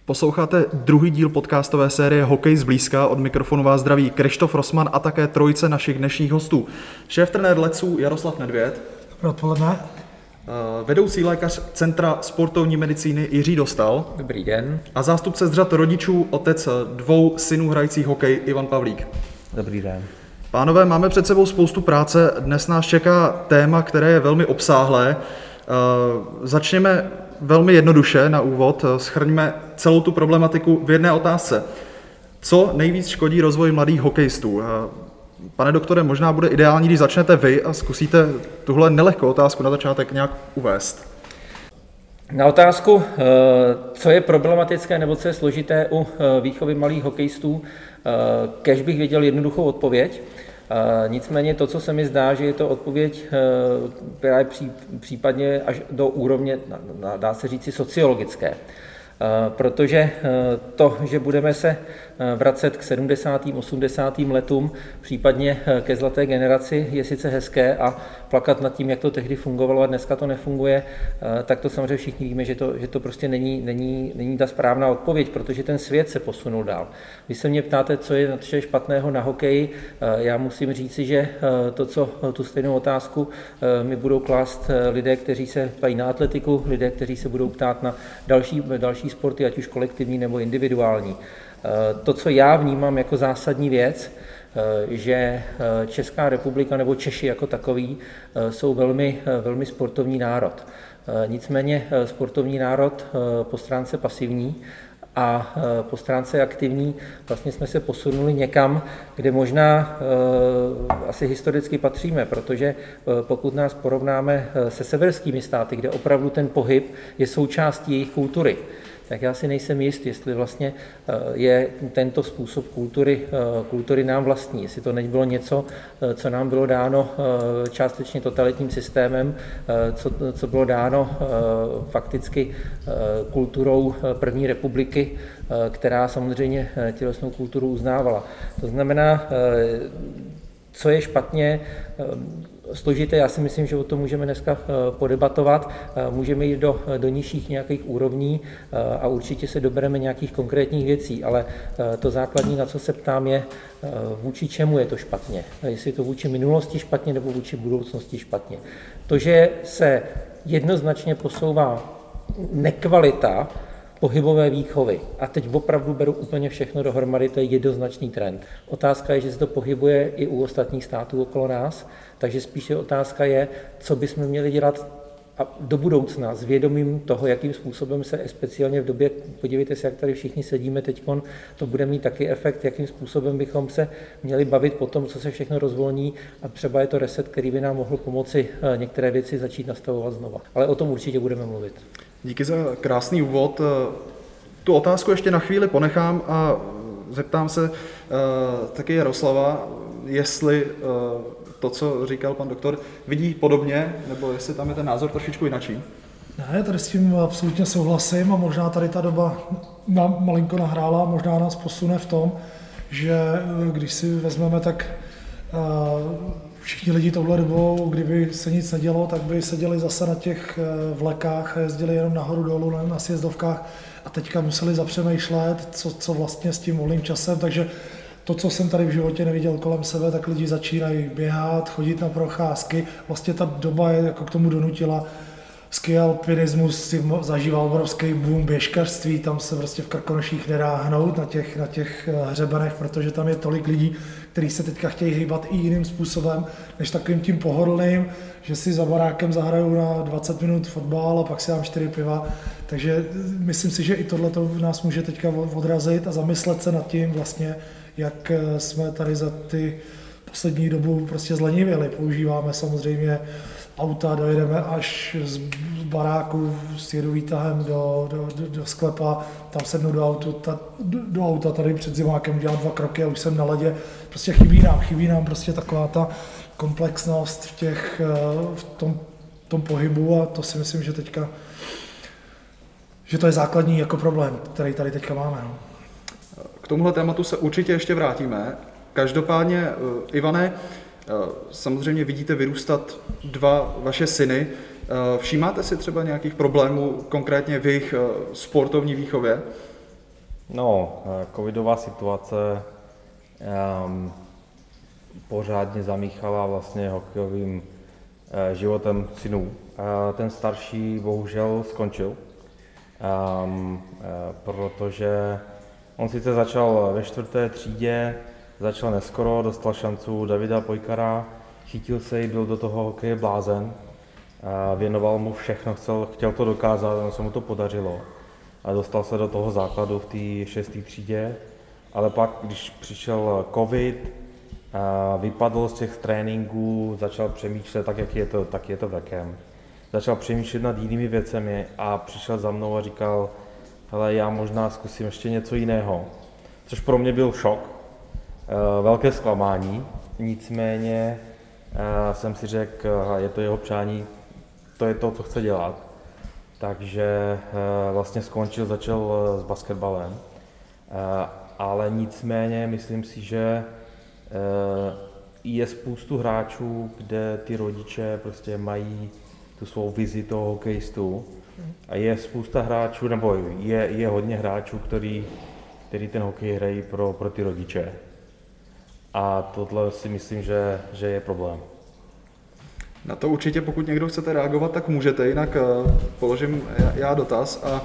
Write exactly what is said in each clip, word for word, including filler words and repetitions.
Posloucháte druhý díl podcastové série Hokej zblízka. Od mikrofonu vás zdraví Krištof Rossmann a také trojice našich dnešních hostů. Šéftrenér Letců Jaroslav Nedvěd. Dobré odpoledne. Vedoucí lékař Centra sportovní medicíny Jiří Dostal. Dobrý den. A zástupce z řad rodičů, otec dvou synů hrajících hokej Ivan Pavlík. Dobrý den. Pánové, máme před sebou spoustu práce. Dnes nás čeká téma, které je velmi obsáhlé. Začněme velmi jednoduše na úvod. Shrňme celou tu problematiku v jedné otázce. Co nejvíc škodí rozvoji mladých hokejistů? Pane doktore, možná bude ideální, když začnete vy a zkusíte tuhle nelehkou otázku na začátek nějak uvést. Na otázku, co je problematické nebo co je složité u výchovy malých hokejistů, kéž bych věděl jednoduchou odpověď. Nicméně to, co se mi zdá, že je to odpověď právě případně až do úrovně, dá se říci, sociologické. Protože to, že budeme se vracet k sedmdesátým, osmdesátým letům, případně ke zlaté generaci, je sice hezké a plakat nad tím, jak to tehdy fungovalo a dneska to nefunguje, tak to samozřejmě všichni víme, že to, že to prostě není, není, není ta správná odpověď, protože ten svět se posunul dál. Vy se mě ptáte, co je natře špatného na hokeji, já musím říci, že to, co tu stejnou otázku mi budou klást lidé, kteří se ptají na atletiku, lidé, kteří se budou ptát na další, další sporty, ať už kolektivní nebo individuální. To, co já vnímám jako zásadní věc, že Česká republika nebo Češi jako takový jsou velmi, velmi sportovní národ. Nicméně sportovní národ po stránce pasivní a po stránce aktivní vlastně jsme se posunuli někam, kde možná asi historicky patříme, protože pokud nás porovnáme se severskými státy, kde opravdu ten pohyb je součástí jejich kultury, tak já si nejsem jist, jestli vlastně je tento způsob kultury, kultury nám vlastní, jestli to nebylo něco, co nám bylo dáno částečně totalitním systémem, co, co bylo dáno fakticky kulturou první republiky, která samozřejmě tělesnou kulturu uznávala. To znamená, co je špatně, složité, já si myslím, že o tom můžeme dneska podebatovat, můžeme jít do, do nižších nějakých úrovní a určitě se dobereme nějakých konkrétních věcí, ale to základní, na co se ptám, je, vůči čemu je to špatně. Jestli je to vůči minulosti špatně nebo vůči budoucnosti špatně. To, že se jednoznačně posouvá nekvalita pohybové výchovy. A teď opravdu beru úplně všechno dohromady, to je jednoznačný trend. Otázka je, že se to pohybuje i u ostatních států okolo nás, takže spíše otázka je, co bychom měli dělat do budoucna s vědomím toho, jakým způsobem se speciálně v době, podívejte se, jak tady všichni sedíme teďkon, to bude mít taky efekt, jakým způsobem bychom se měli bavit po tom, co se všechno rozvolní a třeba je to reset, který by nám mohl pomoci některé věci začít nastavovat znova. Ale o tom určitě budeme mluvit. Díky za krásný úvod. Tu otázku ještě na chvíli ponechám a zeptám se uh, taky Jaroslava, jestli uh, to, co říkal pan doktor, vidí podobně, nebo jestli tam je ten názor trošičku jinačí. Ne, tady s tím absolutně souhlasím a možná tady ta doba nám malinko nahrála, možná nás posune v tom, že když si vezmeme, tak uh, všichni lidi touhle dobou, kdyby se nic nedělo, tak by seděli zase na těch vlekách a jezdili jenom nahoru dolů na, na sjezdovkách a teďka museli zapřemýšlet, co, co vlastně s tím volným časem, takže to, co jsem tady v životě neviděl kolem sebe, tak lidi začínají běhat, chodit na procházky, vlastně ta doba je jako k tomu donutila. Ski alpinismus si zažíval obrovský boom běžkařství, tam se prostě v Krkonoších nedá hnout na těch, na těch hřebenech, protože tam je tolik lidí, kteří se teďka chtějí hýbat i jiným způsobem, než takovým tím pohodlným, že si za barákem zahrajou na dvacet minut fotbal a pak si dám čtyři piva. Takže myslím si, že i tohle nás může teďka odrazit a zamyslet se nad tím vlastně, jak jsme tady za ty poslední dobu prostě zlenivěli. Používáme samozřejmě auta, dojedeme až z baráku s jedu výtahem do, do, do, do sklepa, tam sednu do, autu, ta, do, do auta tady před zimákem, udělám dva kroky a už jsem na ledě. Prostě chybí nám, chybí nám prostě taková ta komplexnost v, těch, v tom, tom pohybu a to si myslím, že teďka, že to je základní jako problém, který tady teďka máme. No. K tomuhle tématu se určitě ještě vrátíme. Každopádně, Ivane, samozřejmě vidíte vyrůstat dva vaše syny. Všímáte si třeba nějakých problémů konkrétně v jejich sportovní výchově? No, covidová situace um, pořádně zamíchala vlastně hokejovým uh, životem synů. Uh, ten starší bohužel skončil, um, uh, protože on sice začal ve čtvrté třídě, začal neskoro, dostal šancu Davida Pojkara, chytil se jí, byl do toho hokeje blázen, uh, věnoval mu všechno, chtěl, chtěl to dokázat, ono se mu to podařilo. A dostal se do toho základu v té šesté třídě, ale pak, když přišel covid, a vypadl z těch tréninků, začal přemýšlet, tak jak je to, tak je to vekem. Začal přemýšlet nad jinými věcemi a přišel za mnou a říkal, hele, já možná zkusím ještě něco jiného. Což pro mě byl šok, velké zklamání, nicméně jsem si řekl, je to jeho přání, to je to, co chce dělat. Takže vlastně skončil, začal s basketbalem, ale nicméně myslím si, že je spoustu hráčů, kde ty rodiče prostě mají tu svou vizi toho hokejistu a je spousta hráčů, nebo je, je hodně hráčů, který, který ten hokej hrají pro, pro ty rodiče. A tohle si myslím, že, že je problém. Na to určitě, pokud někdo chcete reagovat, tak můžete, jinak uh, položím já dotaz. A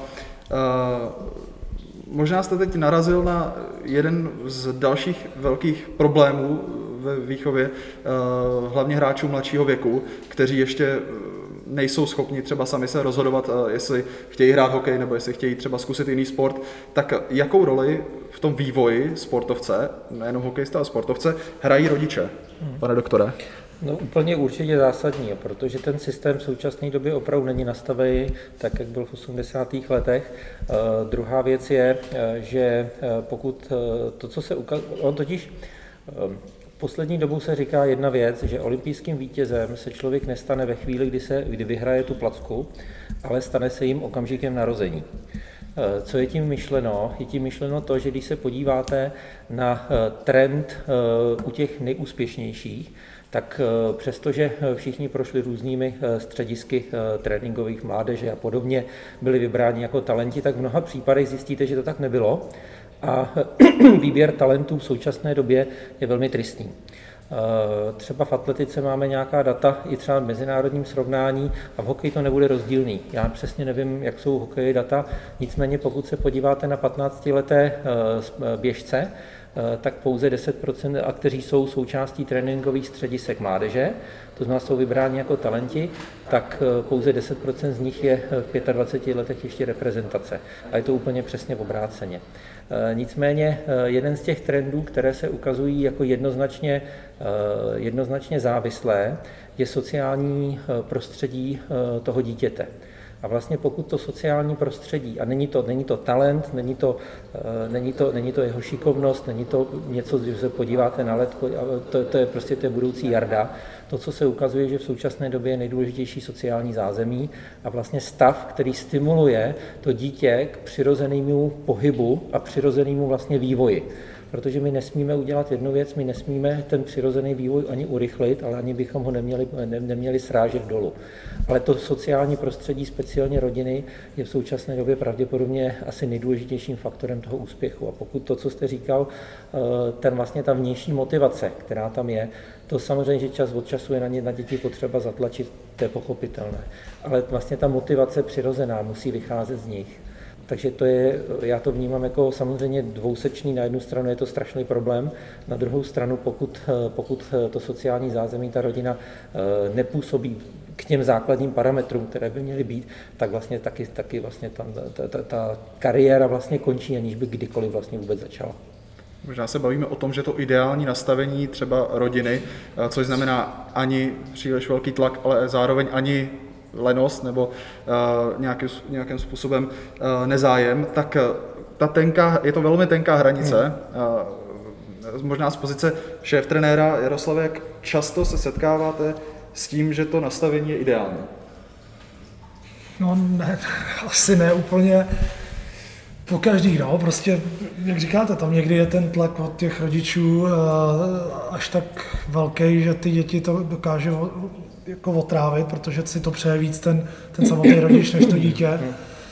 uh, možná jste teď narazil na jeden z dalších velkých problémů ve výchově, uh, hlavně hráčů mladšího věku, kteří ještě nejsou schopni třeba sami se rozhodovat, uh, jestli chtějí hrát hokej nebo jestli chtějí třeba zkusit jiný sport. Tak jakou roli v tom vývoji sportovce, nejenom hokejista, ale sportovce, hrají rodiče, pane doktore? No úplně určitě zásadní, protože ten systém v současné době opravdu není nastavený tak, jak byl v osmdesátých letech. Uh, druhá věc je, uh, že uh, pokud uh, to, co se ukazuje, on totiž uh, poslední dobou se říká jedna věc, že olympijským vítězem se člověk nestane ve chvíli, kdy, se, kdy vyhraje tu placku, ale stane se jim okamžikem narození. Co je tím myšleno? Je tím myšleno to, že když se podíváte na trend u těch nejúspěšnějších, tak přestože všichni prošli různými středisky tréninkových mládeže a podobně, byli vybráni jako talenti, tak v mnoha případech zjistíte, že to tak nebylo a výběr talentů v současné době je velmi tristní. Třeba v atletice máme nějaká data i třeba v mezinárodním srovnání a v hokeji to nebude rozdílný. Já přesně nevím, jak jsou hokeji data, nicméně pokud se podíváte na patnáctileté běžce, tak pouze deset procent, a kteří jsou součástí tréninkových středisek mládeže, to znamená jsou vybráni jako talenti, tak pouze deset procent z nich je v dvaceti pěti letech ještě reprezentace. A je to úplně přesně obráceně. Nicméně jeden z těch trendů, které se ukazují jako jednoznačně, jednoznačně závislé, je sociální prostředí toho dítěte. A vlastně pokud to sociální prostředí, a není to, není to talent, není to, není, to, není to jeho šikovnost, není to něco, když se podíváte na let, to, to je prostě to je budoucí Jarda. To, co se ukazuje, že v současné době je nejdůležitější sociální zázemí a vlastně stav, který stimuluje to dítě k přirozenému pohybu a přirozenému vlastně vývoji. Protože my nesmíme udělat jednu věc, my nesmíme ten přirozený vývoj ani urychlit, ale ani bychom ho neměli, ne, neměli srážet dolů. Ale to sociální prostředí, speciálně rodiny, je v současné době pravděpodobně asi nejdůležitějším faktorem toho úspěchu. A pokud to, co jste říkal, ten vlastně ta vnější motivace, která tam je, to samozřejmě, že čas od času je na ně na děti potřeba zatlačit, to je pochopitelné. Ale vlastně ta motivace přirozená musí vycházet z nich. Takže to je, já to vnímám jako samozřejmě dvousečný, na jednu stranu je to strašný problém, na druhou stranu, pokud, pokud to sociální zázemí, ta rodina nepůsobí k těm základním parametrům, které by měly být, tak vlastně taky, taky vlastně ta, ta, ta, ta kariéra vlastně končí, aniž by kdykoliv vlastně vůbec začala. Možná se bavíme o tom, že to ideální nastavení třeba rodiny, což znamená ani příliš velký tlak, ale zároveň ani lenost nebo uh, nějakým, nějakým způsobem uh, nezájem, tak uh, ta tenká, je to velmi tenká hranice. Uh, možná z pozice šéftrenéra Jaroslave, jak často se setkáváte s tím, že to nastavení je ideální? No ne, asi ne úplně po každý, no, prostě, jak říkáte, tam někdy je ten tlak od těch rodičů uh, až tak velký, že ty děti to dokáže jako otrávit, protože si to přeje víc ten, ten samotný rodič než to dítě.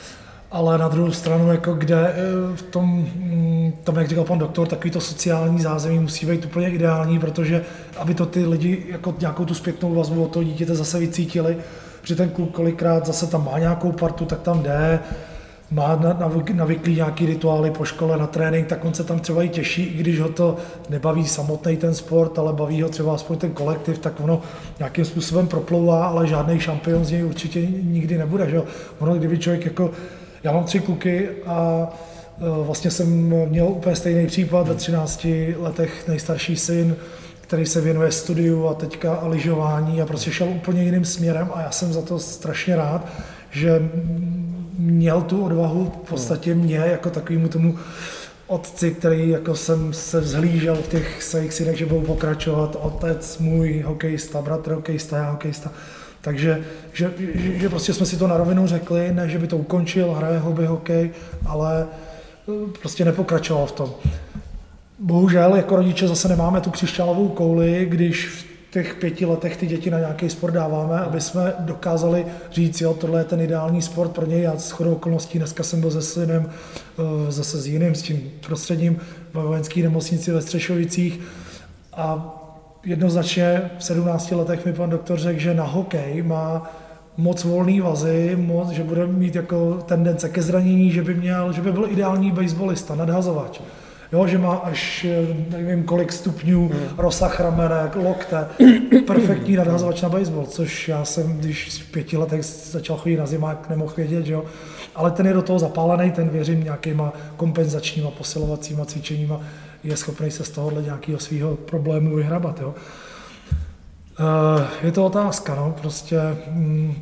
ale na druhou stranu, jako kde v tom, tom, jak říkal pan doktor, takový to sociální zázemí musí být úplně ideální, protože aby to ty lidi jako nějakou tu zpětnou vazbu od toho dítěte zase vycítili, protože ten kluk kolikrát zase tam má nějakou partu, tak tam jde, má navyklý nějaký rituály po škole na trénink, tak on se tam třeba i těší, i když ho to nebaví samotný ten sport, ale baví ho třeba aspoň ten kolektiv, tak ono nějakým způsobem proplouvá, ale žádný šampion z něj určitě nikdy nebude. Že? Ono, kdyby člověk jako, já mám tři kluky a vlastně jsem měl úplně stejný případ, ve třinácti letech nejstarší syn, který se věnuje studiu a teďka a lyžování a prostě šel úplně jiným směrem a já jsem za to strašně rád, že měl tu odvahu v podstatě mě jako takovému tomu otci, který jako jsem se vzhlížel v těch svých synech, že budou pokračovat, otec můj hokejista, bratr hokejista, já hokejista. Takže že, že, že prostě jsme si to na rovinu řekli, ne, že by to ukončil, hraje hobby hokej, ale prostě nepokračoval v tom. Bohužel jako rodiče zase nemáme tu křišťálovou kouli, když v těch pěti letech ty děti na nějaký sport dáváme, aby jsme dokázali říct, jo, tohle je ten ideální sport pro něj. Já shodou okolností dneska jsem byl se synem, zase s jiným, s tím prostředním ve vojenské nemocnici ve Střešovicích a jednoznačně v sedmnácti letech mi pan doktor řekl, že na hokej má moc volný vazy, moc, že bude mít jako tendence ke zranění, že by měl, že by byl ideální baseballista, nadhazovač. Jo, že má až nevím kolik stupňů, hmm. rozsah ramene, lokte, perfektní nadhazovač na baseball, což já jsem, když v pěti letech začal chodit na zimák, nemohl vědět, že jo. Ale ten je do toho zapálený, ten věřím nějakýma kompenzačníma, posilovacíma cvičeníma, je schopný se z tohohle nějakého svého problému vyhrabat, jo. Je to otázka, no, prostě hm,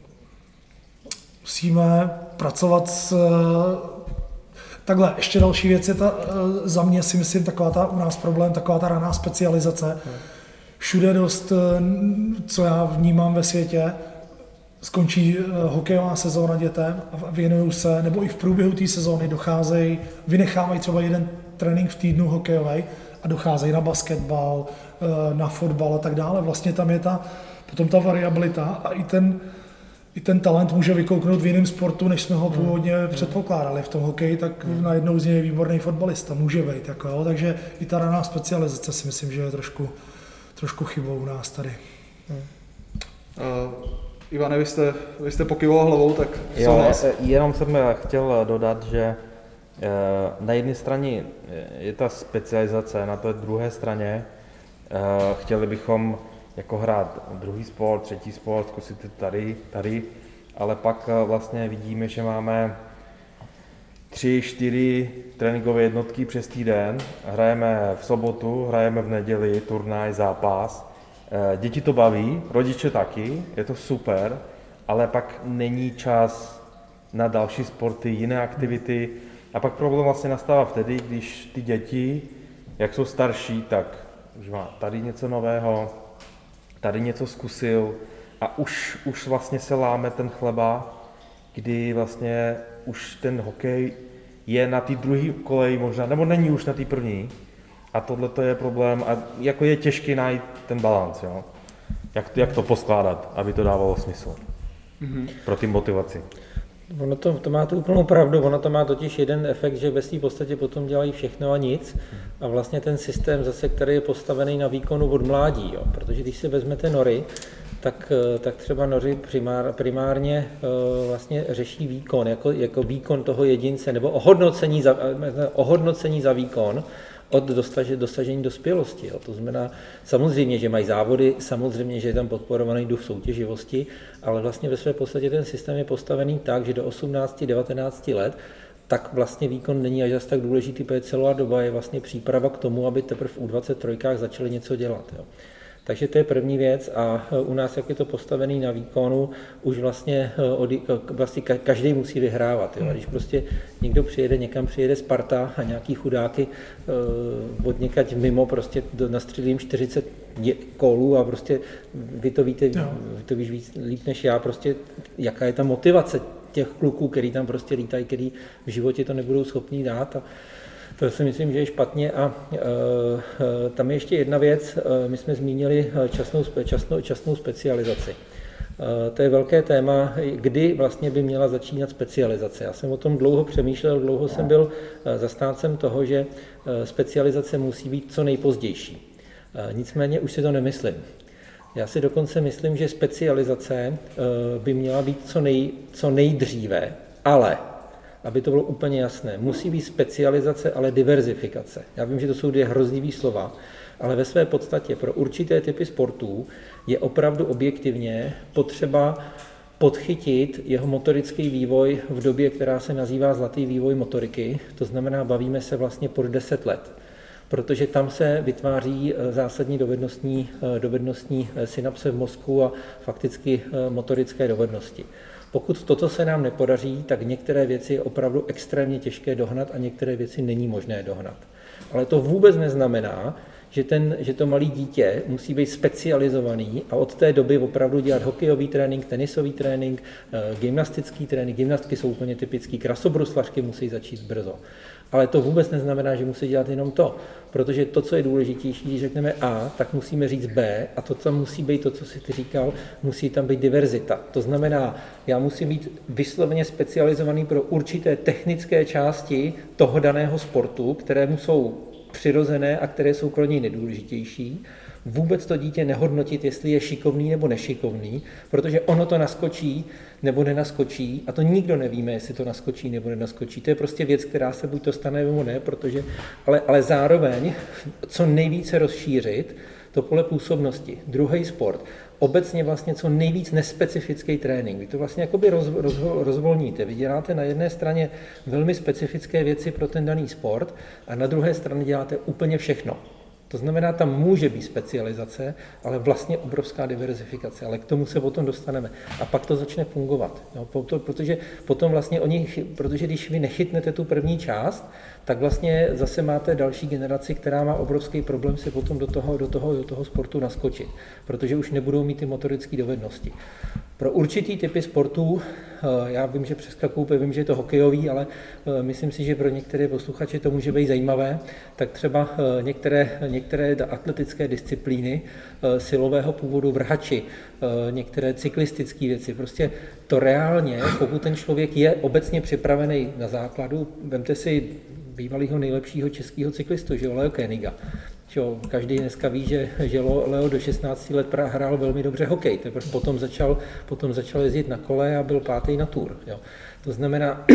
musíme pracovat s takhle, ještě další věc je ta, za mě si myslím, taková ta u nás problém, taková ta raná specializace. Všude dost, co já vnímám ve světě, skončí hokejová sezóna dětem a věnují se, nebo i v průběhu té sezóny docházejí, vynechávají třeba jeden trénink v týdnu hokejový a docházejí na basketbal, na fotbal a tak dále. Vlastně tam je ta, potom ta variabilita a i ten I ten talent může vykouknout v jiném sportu, než jsme ho původně hmm. předpokládali. V tom hokeji, tak hmm. najednou z něj je výborný fotbalista, může být. Jako, jo. Takže i ta raná specializace si myslím, že je trošku, trošku chybou u nás tady. Hmm. Uh, Ivane, vy jste, vy jste pokyvoval hlavou, tak jo, souhlas? Jenom jsem chtěl dodat, že na jedné straně je ta specializace, na té druhé straně chtěli bychom jako hrát druhý sport, třetí sport, zkusit tady, tady, ale pak vlastně vidíme, že máme tři, čtyři tréninkové jednotky přes týden, hrajeme v sobotu, hrajeme v neděli, turnaj, zápas, děti to baví, rodiče taky, je to super, ale pak není čas na další sporty, jiné aktivity a pak problém vlastně nastává vtedy, když ty děti, jak jsou starší, tak už má tady něco nového, tady něco zkusil a už, už vlastně se láme ten chleba, kdy vlastně už ten hokej je na té druhé koleji možná, nebo není už na té první. A tohle to je problém a jako je těžké najít ten balans, jo? Jak, jak to poskládat, aby to dávalo smysl mm-hmm. pro ty motivaci. Ono to, to má tu úplnou pravdu, ono to má totiž jeden efekt, že ve svým podstatě potom dělají všechno a nic a vlastně ten systém zase, který je postavený na výkonu od mládí, jo? Protože když si vezmete nory, tak, tak třeba noři primár, primárně uh, vlastně řeší výkon, jako, jako výkon toho jedince nebo ohodnocení za, ohodnocení za výkon od dostaže, dosažení dospělosti. Jo. To znamená samozřejmě, že mají závody, samozřejmě, že je tam podporovaný duch soutěživosti, ale vlastně ve své podstatě ten systém je postavený tak, že do osmnácti devatenácti let tak vlastně výkon není až zas tak důležitý, protože celá doba je vlastně příprava k tomu, aby teprve v U dvacet tři začali něco dělat. Jo. Takže to je první věc a u nás, jak je to postavený na výkonu, už vlastně, vlastně každý musí vyhrávat. Jo. A když prostě někdo přijede, někam přijede Sparta a nějaký chudáky od někať mimo prostě nastřelím čtyřicet kólů a prostě vy to víte, vy to víš víc líp než já, prostě jaká je ta motivace těch kluků, který tam prostě lítají, který v životě to nebudou schopní dát. A to si myslím, že je špatně a e, e, tam je ještě jedna věc, e, my jsme zmínili časnou, časnou, časnou specializaci. To je velké téma, kdy vlastně by měla začínat specializace. Já jsem o tom dlouho přemýšlel, dlouho jsem byl zastáncem toho, že specializace musí být co nejpozdější. Nicméně už si to nemyslím. Já si dokonce myslím, že specializace by měla být co, nej, co nejdříve, ale, aby to bylo úplně jasné, musí být specializace, ale diverzifikace. Já vím, že to jsou dvě hroznivý slova, ale ve své podstatě pro určité typy sportů je opravdu objektivně potřeba podchytit jeho motorický vývoj v době, která se nazývá zlatý vývoj motoriky, to znamená, bavíme se vlastně pod deset let. Protože tam se vytváří zásadní dovednostní, dovednostní synapse v mozku a fakticky motorické dovednosti. Pokud toto se nám nepodaří, tak některé věci je opravdu extrémně těžké dohnat a některé věci není možné dohnat. Ale to vůbec neznamená, že, ten, že to malé dítě musí být specializovaný a od té doby opravdu dělat hokejový trénink, tenisový trénink, gymnastický trénink. Gymnastky jsou úplně typický, krasobruslařky musí začít brzo. Ale to vůbec neznamená, že musí dělat jenom to, protože to, co je důležitější, když řekneme A, tak musíme říct B a to tam musí být to, co jsi ty říkal, musí tam být diverzita. To znamená, já musím být vysloveně specializovaný pro určité technické části toho daného sportu, kterému jsou přirozené a které jsou pro něj nejdůležitější. Vůbec to dítě nehodnotit, jestli je šikovný nebo nešikovný, protože ono to naskočí nebo nenaskočí a to nikdo nevíme, jestli to naskočí nebo nenaskočí. To je prostě věc, která se buď to stane nebo ne, protože, ale, ale zároveň co nejvíce rozšířit to pole působnosti. Druhý sport. Obecně vlastně co nejvíc nespecifický trénink. Vy to vlastně jakoby roz, roz, rozvolníte. Vy děláte na jedné straně velmi specifické věci pro ten daný sport a na druhé straně děláte úplně všechno. To znamená, tam může být specializace, ale vlastně obrovská diverzifikace, ale k tomu se potom dostaneme. A pak to začne fungovat, jo, protože potom vlastně oni, protože když vy nechytnete tu první část, tak vlastně zase máte další generaci, která má obrovský problém se potom do toho, do toho, do toho sportu naskočit, protože už nebudou mít ty motorické dovednosti. Pro určitý typy sportů, já vím, že přeskakuju, vím, že je to hokejový, ale myslím si, že pro některé posluchače to může být zajímavé, tak třeba některé, některé atletické disciplíny silového původu, vrhači, některé cyklistické věci, prostě to reálně, pokud ten člověk je obecně připravený na základu, vemte si bývalého nejlepšího českého cyklistu, že jo, Leo Koeniga. Jo, každý dneska ví, že, že Leo do šestnácti let hrál velmi dobře hokej, teprve potom začal, potom začal jezdit na kole a byl pátý na Tour. Jo. To znamená,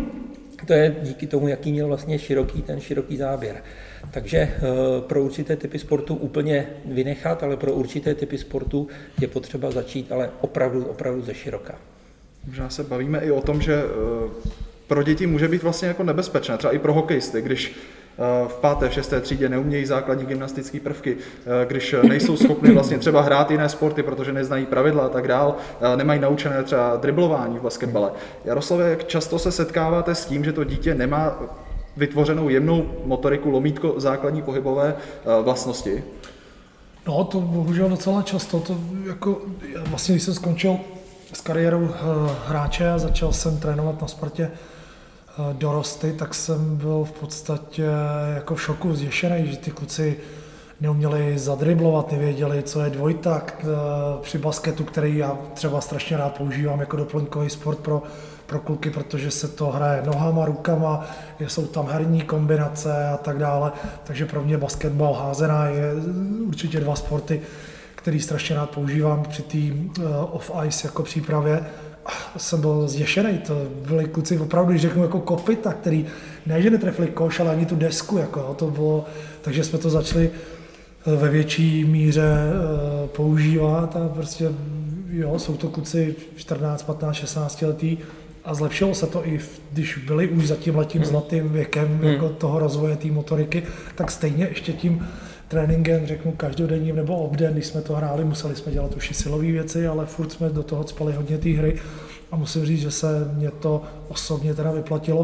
to je díky tomu, jaký měl vlastně široký, ten široký záběr. Takže pro určité typy sportu úplně vynechat, ale pro určité typy sportu je potřeba začít, ale opravdu, opravdu ze široka. Možná se bavíme i o tom, že pro děti může být vlastně jako nebezpečné, třeba i pro hokejisty, když v páté, v šesté třídě neumějí základní gymnastické prvky, když nejsou schopni vlastně třeba hrát jiné sporty, protože neznají pravidla a tak dál, nemají naučené třeba driblování v basketbale. Jaroslave, jak často se setkáváte s tím, že to dítě nemá vytvořenou jemnou motoriku, lomítko základní pohybové vlastnosti? No, to bohužel docela často. To jako, vlastně, když jsem skončil s kariérou hráče a začal jsem trénovat na Spartě dorosty, tak jsem byl v podstatě jako v šoku, zděšený, že ty kluci neuměli zadriblovat, nevěděli, co je dvojtakt při basketu, který já třeba strašně rád používám jako doplňkový sport pro, pro kluky, protože se to hraje nohama, rukama, jsou tam herní kombinace a tak dále, takže pro mě basketbal, házená je určitě dva sporty, který strašně rád používám při té off-ice jako přípravě. Jsem byl zděšený, to byli kluci opravdu, když řeknu jako kopyta, který ne, že netrefili koš, ale ani tu desku, jako, to bylo, takže jsme to začali ve větší míře používat a prostě jo, jsou to kluci čtrnáct, patnáct, šestnáct letý a zlepšilo se to i když byli už za tím letím zlatým věkem hmm. jako toho rozvoje té motoriky, tak stejně ještě tím tréninkem, řeknu každodenním nebo obden, když jsme to hráli, museli jsme dělat už i silové věci, ale furt jsme do toho cpali hodně té hry a musím říct, že se mě to osobně teda vyplatilo.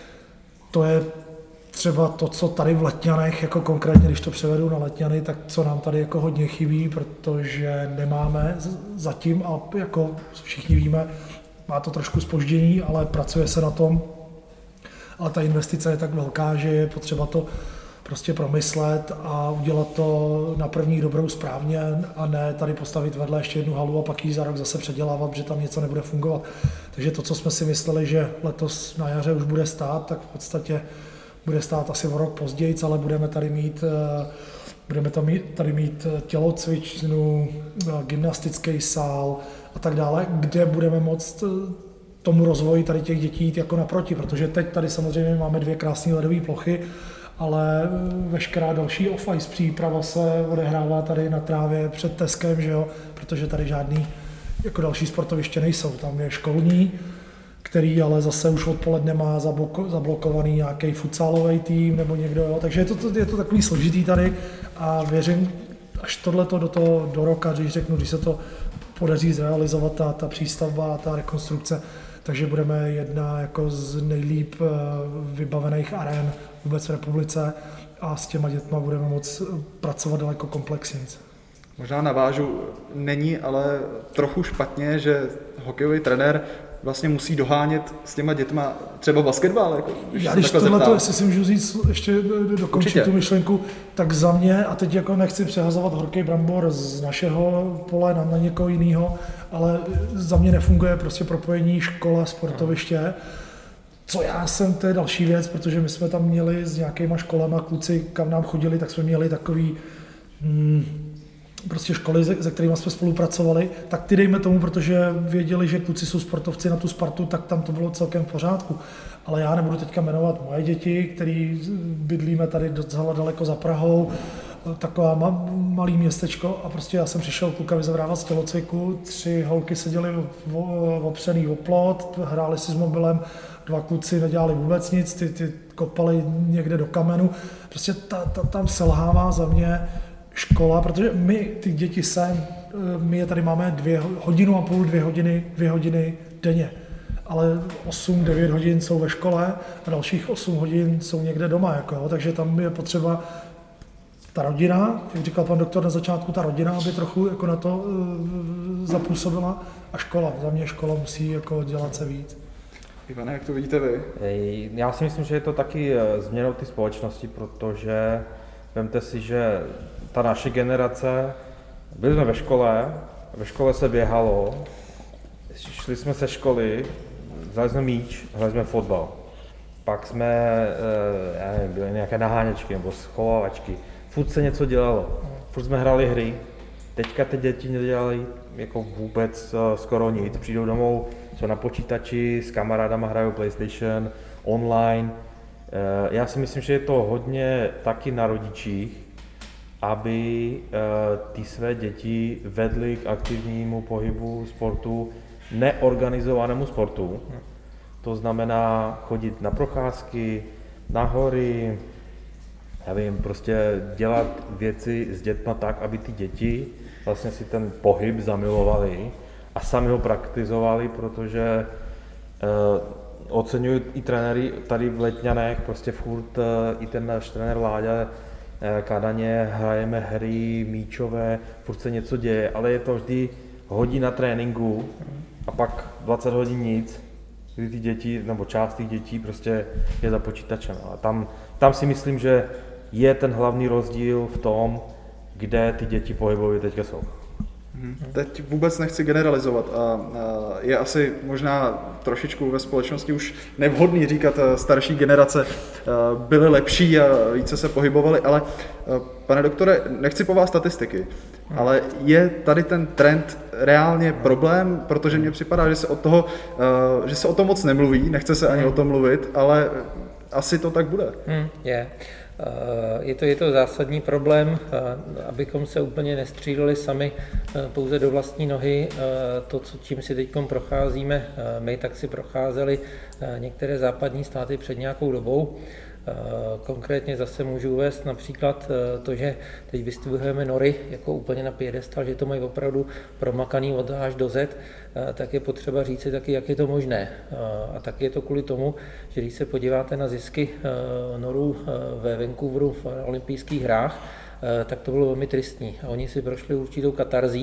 To je třeba to, co tady v Letňanech, jako konkrétně, když to převedu na Letňany, tak co nám tady jako hodně chybí, protože nemáme zatím a jako všichni víme, má to trošku zpoždění, ale pracuje se na tom, ale ta investice je tak velká, že je potřeba to prostě promyslet a udělat to na první dobrou správně a ne tady postavit vedle ještě jednu halu a pak ji za rok zase předělávat, protože tam něco nebude fungovat. Takže to, co jsme si mysleli, že letos na jaře už bude stát, tak v podstatě bude stát asi o rok později, ale budeme tady mít, budeme tady mít tělocvičnu, gymnastický sál a tak dále, kde budeme moct tomu rozvoji tady těch dětí jít jako naproti, protože teď tady samozřejmě máme dvě krásné ledové plochy, ale veškerá další off-ice příprava se odehrává tady na trávě před Teskem, že jo? Protože tady žádný jako další sportoviště nejsou. Tam je školní, který ale zase už odpoledne má zablokovaný nějaký futsalový tým nebo někdo, jo? Takže je to, je to takový složitý tady a věřím, až tohleto do toho do roka, když řeknu, když se to podaří zrealizovat ta, ta přístavba a ta rekonstrukce, takže budeme jedna jako z nejlíp vybavených arén vůbec v republice a s těma dětma budeme moct pracovat daleko komplexněji. Možná navážu, není ale trochu špatně, že hokejový trenér vlastně musí dohánět s těma dětma třeba basketbal. Jako, když Já když tohleto, jestli si můžu říct, ještě dokončit tu myšlenku, tak za mě, a teď jako nechci přehazovat horký brambor z našeho pole na, na někoho jiného, ale za mě nefunguje prostě propojení škola, sportoviště, co já jsem, to je další věc, protože my jsme tam měli s nějakýma školama, kluci, kam nám chodili, tak jsme měli takový hmm, prostě školy, se, se kterými jsme spolupracovali, tak ty dejme tomu, protože věděli, že kluci jsou sportovci na tu Spartu, tak tam to bylo celkem v pořádku. Ale já nebudu teďka jmenovat moje děti, který bydlíme tady docela daleko za Prahou, taková ma, malý městečko a prostě já jsem přišel kluka vyzavrávat z tělocviku, tři holky seděly opřený o plot, hráli si s mobilem, dva kluci nedělali vůbec nic, ty, ty kopali někde do kamenu. Prostě ta, ta, tam selhává za mě škola, protože my ty děti sem, my je tady máme dvě hodinu a půl, dvě hodiny, dvě hodiny denně. Ale osm devět hodin jsou ve škole a dalších osm hodin jsou někde doma, jako, jo. Takže tam je potřeba ta rodina, jak říkal pan doktor na začátku, ta rodina, aby trochu jako na to e, zapůsobila a škola. Za mě škola musí jako dělat se víc. Ivane, jak to vidíte vy? Já si myslím, že je to taky změnou té společnosti, protože vemte si, že ta naše generace, byli jsme ve škole, ve škole se běhalo, šli jsme se školy, vzali jsme míč, hráli jsme fotbal. Pak jsme, já nevím, byly nějaké naháněčky nebo schovávačky. Furt se něco dělalo, furt jsme hráli hry. Teďka ty děti nedělali jako vůbec skoro nic. Přijdou domů, jsou na počítači, s kamarádama hrajou PlayStation, online. Já si myslím, že je to hodně taky na rodičích, aby ty své děti vedly k aktivnímu pohybu sportu, neorganizovanému sportu. To znamená chodit na procházky, na hory, já vím, prostě dělat věci s dětma tak, aby ty děti vlastně si ten pohyb zamilovali a sami ho praktizovali, protože eh, oceňují i trenéry tady v Letňanech, prostě furt eh, i ten náš trenér Láďa eh, Kadaně, hrajeme hry míčové, furt se něco děje, ale je to vždy hodina tréninku a pak dvacet hodin nic, kdy ty děti, nebo část těch dětí prostě je za počítačem. A tam, tam si myslím, že je ten hlavní rozdíl v tom, kde ty děti pohybově teďka jsou. Teď vůbec nechci generalizovat a je asi možná trošičku ve společnosti už nevhodný říkat, starší generace byly lepší a více se pohybovaly, ale pane doktore, nechci po vás statistiky, ale je tady ten trend reálně problém, protože mně připadá, že se o toho, že se o tom moc nemluví, nechce se ani o tom mluvit, ale asi to tak bude. Hmm, je. Je to, je to zásadní problém, abychom se úplně nestřídali sami pouze do vlastní nohy. To, co tím si teď procházíme my, tak si procházeli některé západní státy před nějakou dobou. Konkrétně zase můžu uvést například to, že teď vystavujeme nory jako úplně na piedestal, že to mají opravdu promakaný od A až do Z, tak je potřeba říct si taky, jak je to možné. A taky je to kvůli tomu, že když se podíváte na zisky norů ve Vancouveru v olympijských hrách, tak to bylo velmi tristní. A oni si prošli určitou katarzí,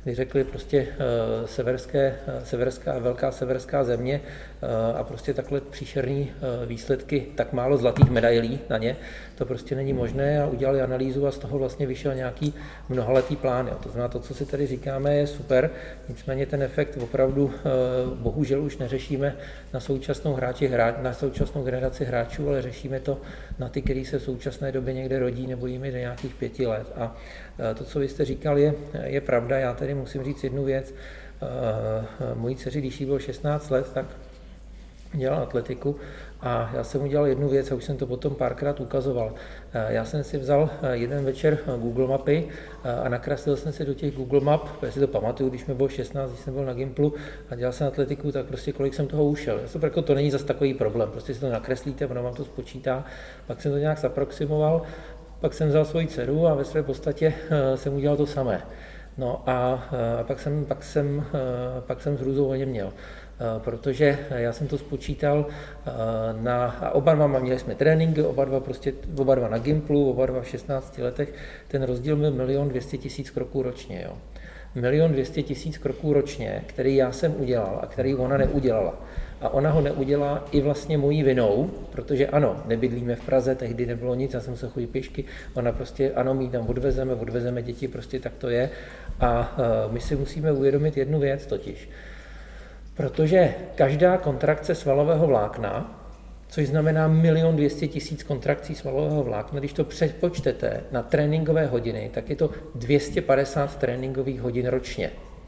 kdy řekli prostě severské, severská, velká severská země a prostě takhle příšerný výsledky, tak málo zlatých medailí na ně, to prostě není možné a udělali analýzu a z toho vlastně vyšel nějaký mnohaletý plán. Jo. To znamená, to, co si tady říkáme, je super, nicméně ten efekt opravdu bohužel už neřešíme na současnou hráči, na současnou generaci hráčů, ale řešíme to na ty, kteří se v současné době někde rodí nebo jim je do nějakých pěti let. A to, co vy jste říkal, je, je pravda. Já tady musím říct jednu věc. Mojí dceři, když jí bylo šestnáct let, tak dělal atletiku a já jsem udělal jednu věc a už jsem to potom párkrát ukazoval. Já jsem si vzal jeden večer Google mapy a nakreslil jsem si do těch Google map, já si to pamatuju, když mi bylo šestnáct, když jsem byl na Gimplu a dělal jsem atletiku, tak prostě kolik jsem toho ušel. To, jako to není zas takový problém, prostě si to nakreslíte, ono vám to spočítá, pak jsem to nějak zaproximoval, pak jsem vzal svoji dceru a ve své podstatě jsem udělal to samé. No a, a pak jsem, pak jsem, pak jsem s hrůzou o něm měl. Protože já jsem to spočítal na, a oba dva měli jsme tréninky, oba dva, prostě, oba dva na Gimplu, oba dva v šestnácti letech, ten rozdíl byl milion dvěstě tisíc kroků ročně. Jo. Milion dvěstě tisíc kroků ročně, který já jsem udělal a který ona neudělala. A ona ho neudělala i vlastně mojí vinou, protože ano, nebydlíme v Praze, tehdy nebylo nic, já jsem se chodil pěšky, ona prostě, ano, my tam odvezeme, odvezeme děti, prostě tak to je. A my si musíme uvědomit jednu věc totiž. Protože každá kontrakce svalového vlákna, což znamená milion dvěstě tisíc kontrakcí svalového vlákna, když to přepočtete na tréninkové hodiny, tak je to dvě stě padesát tréninkových hodin ročně.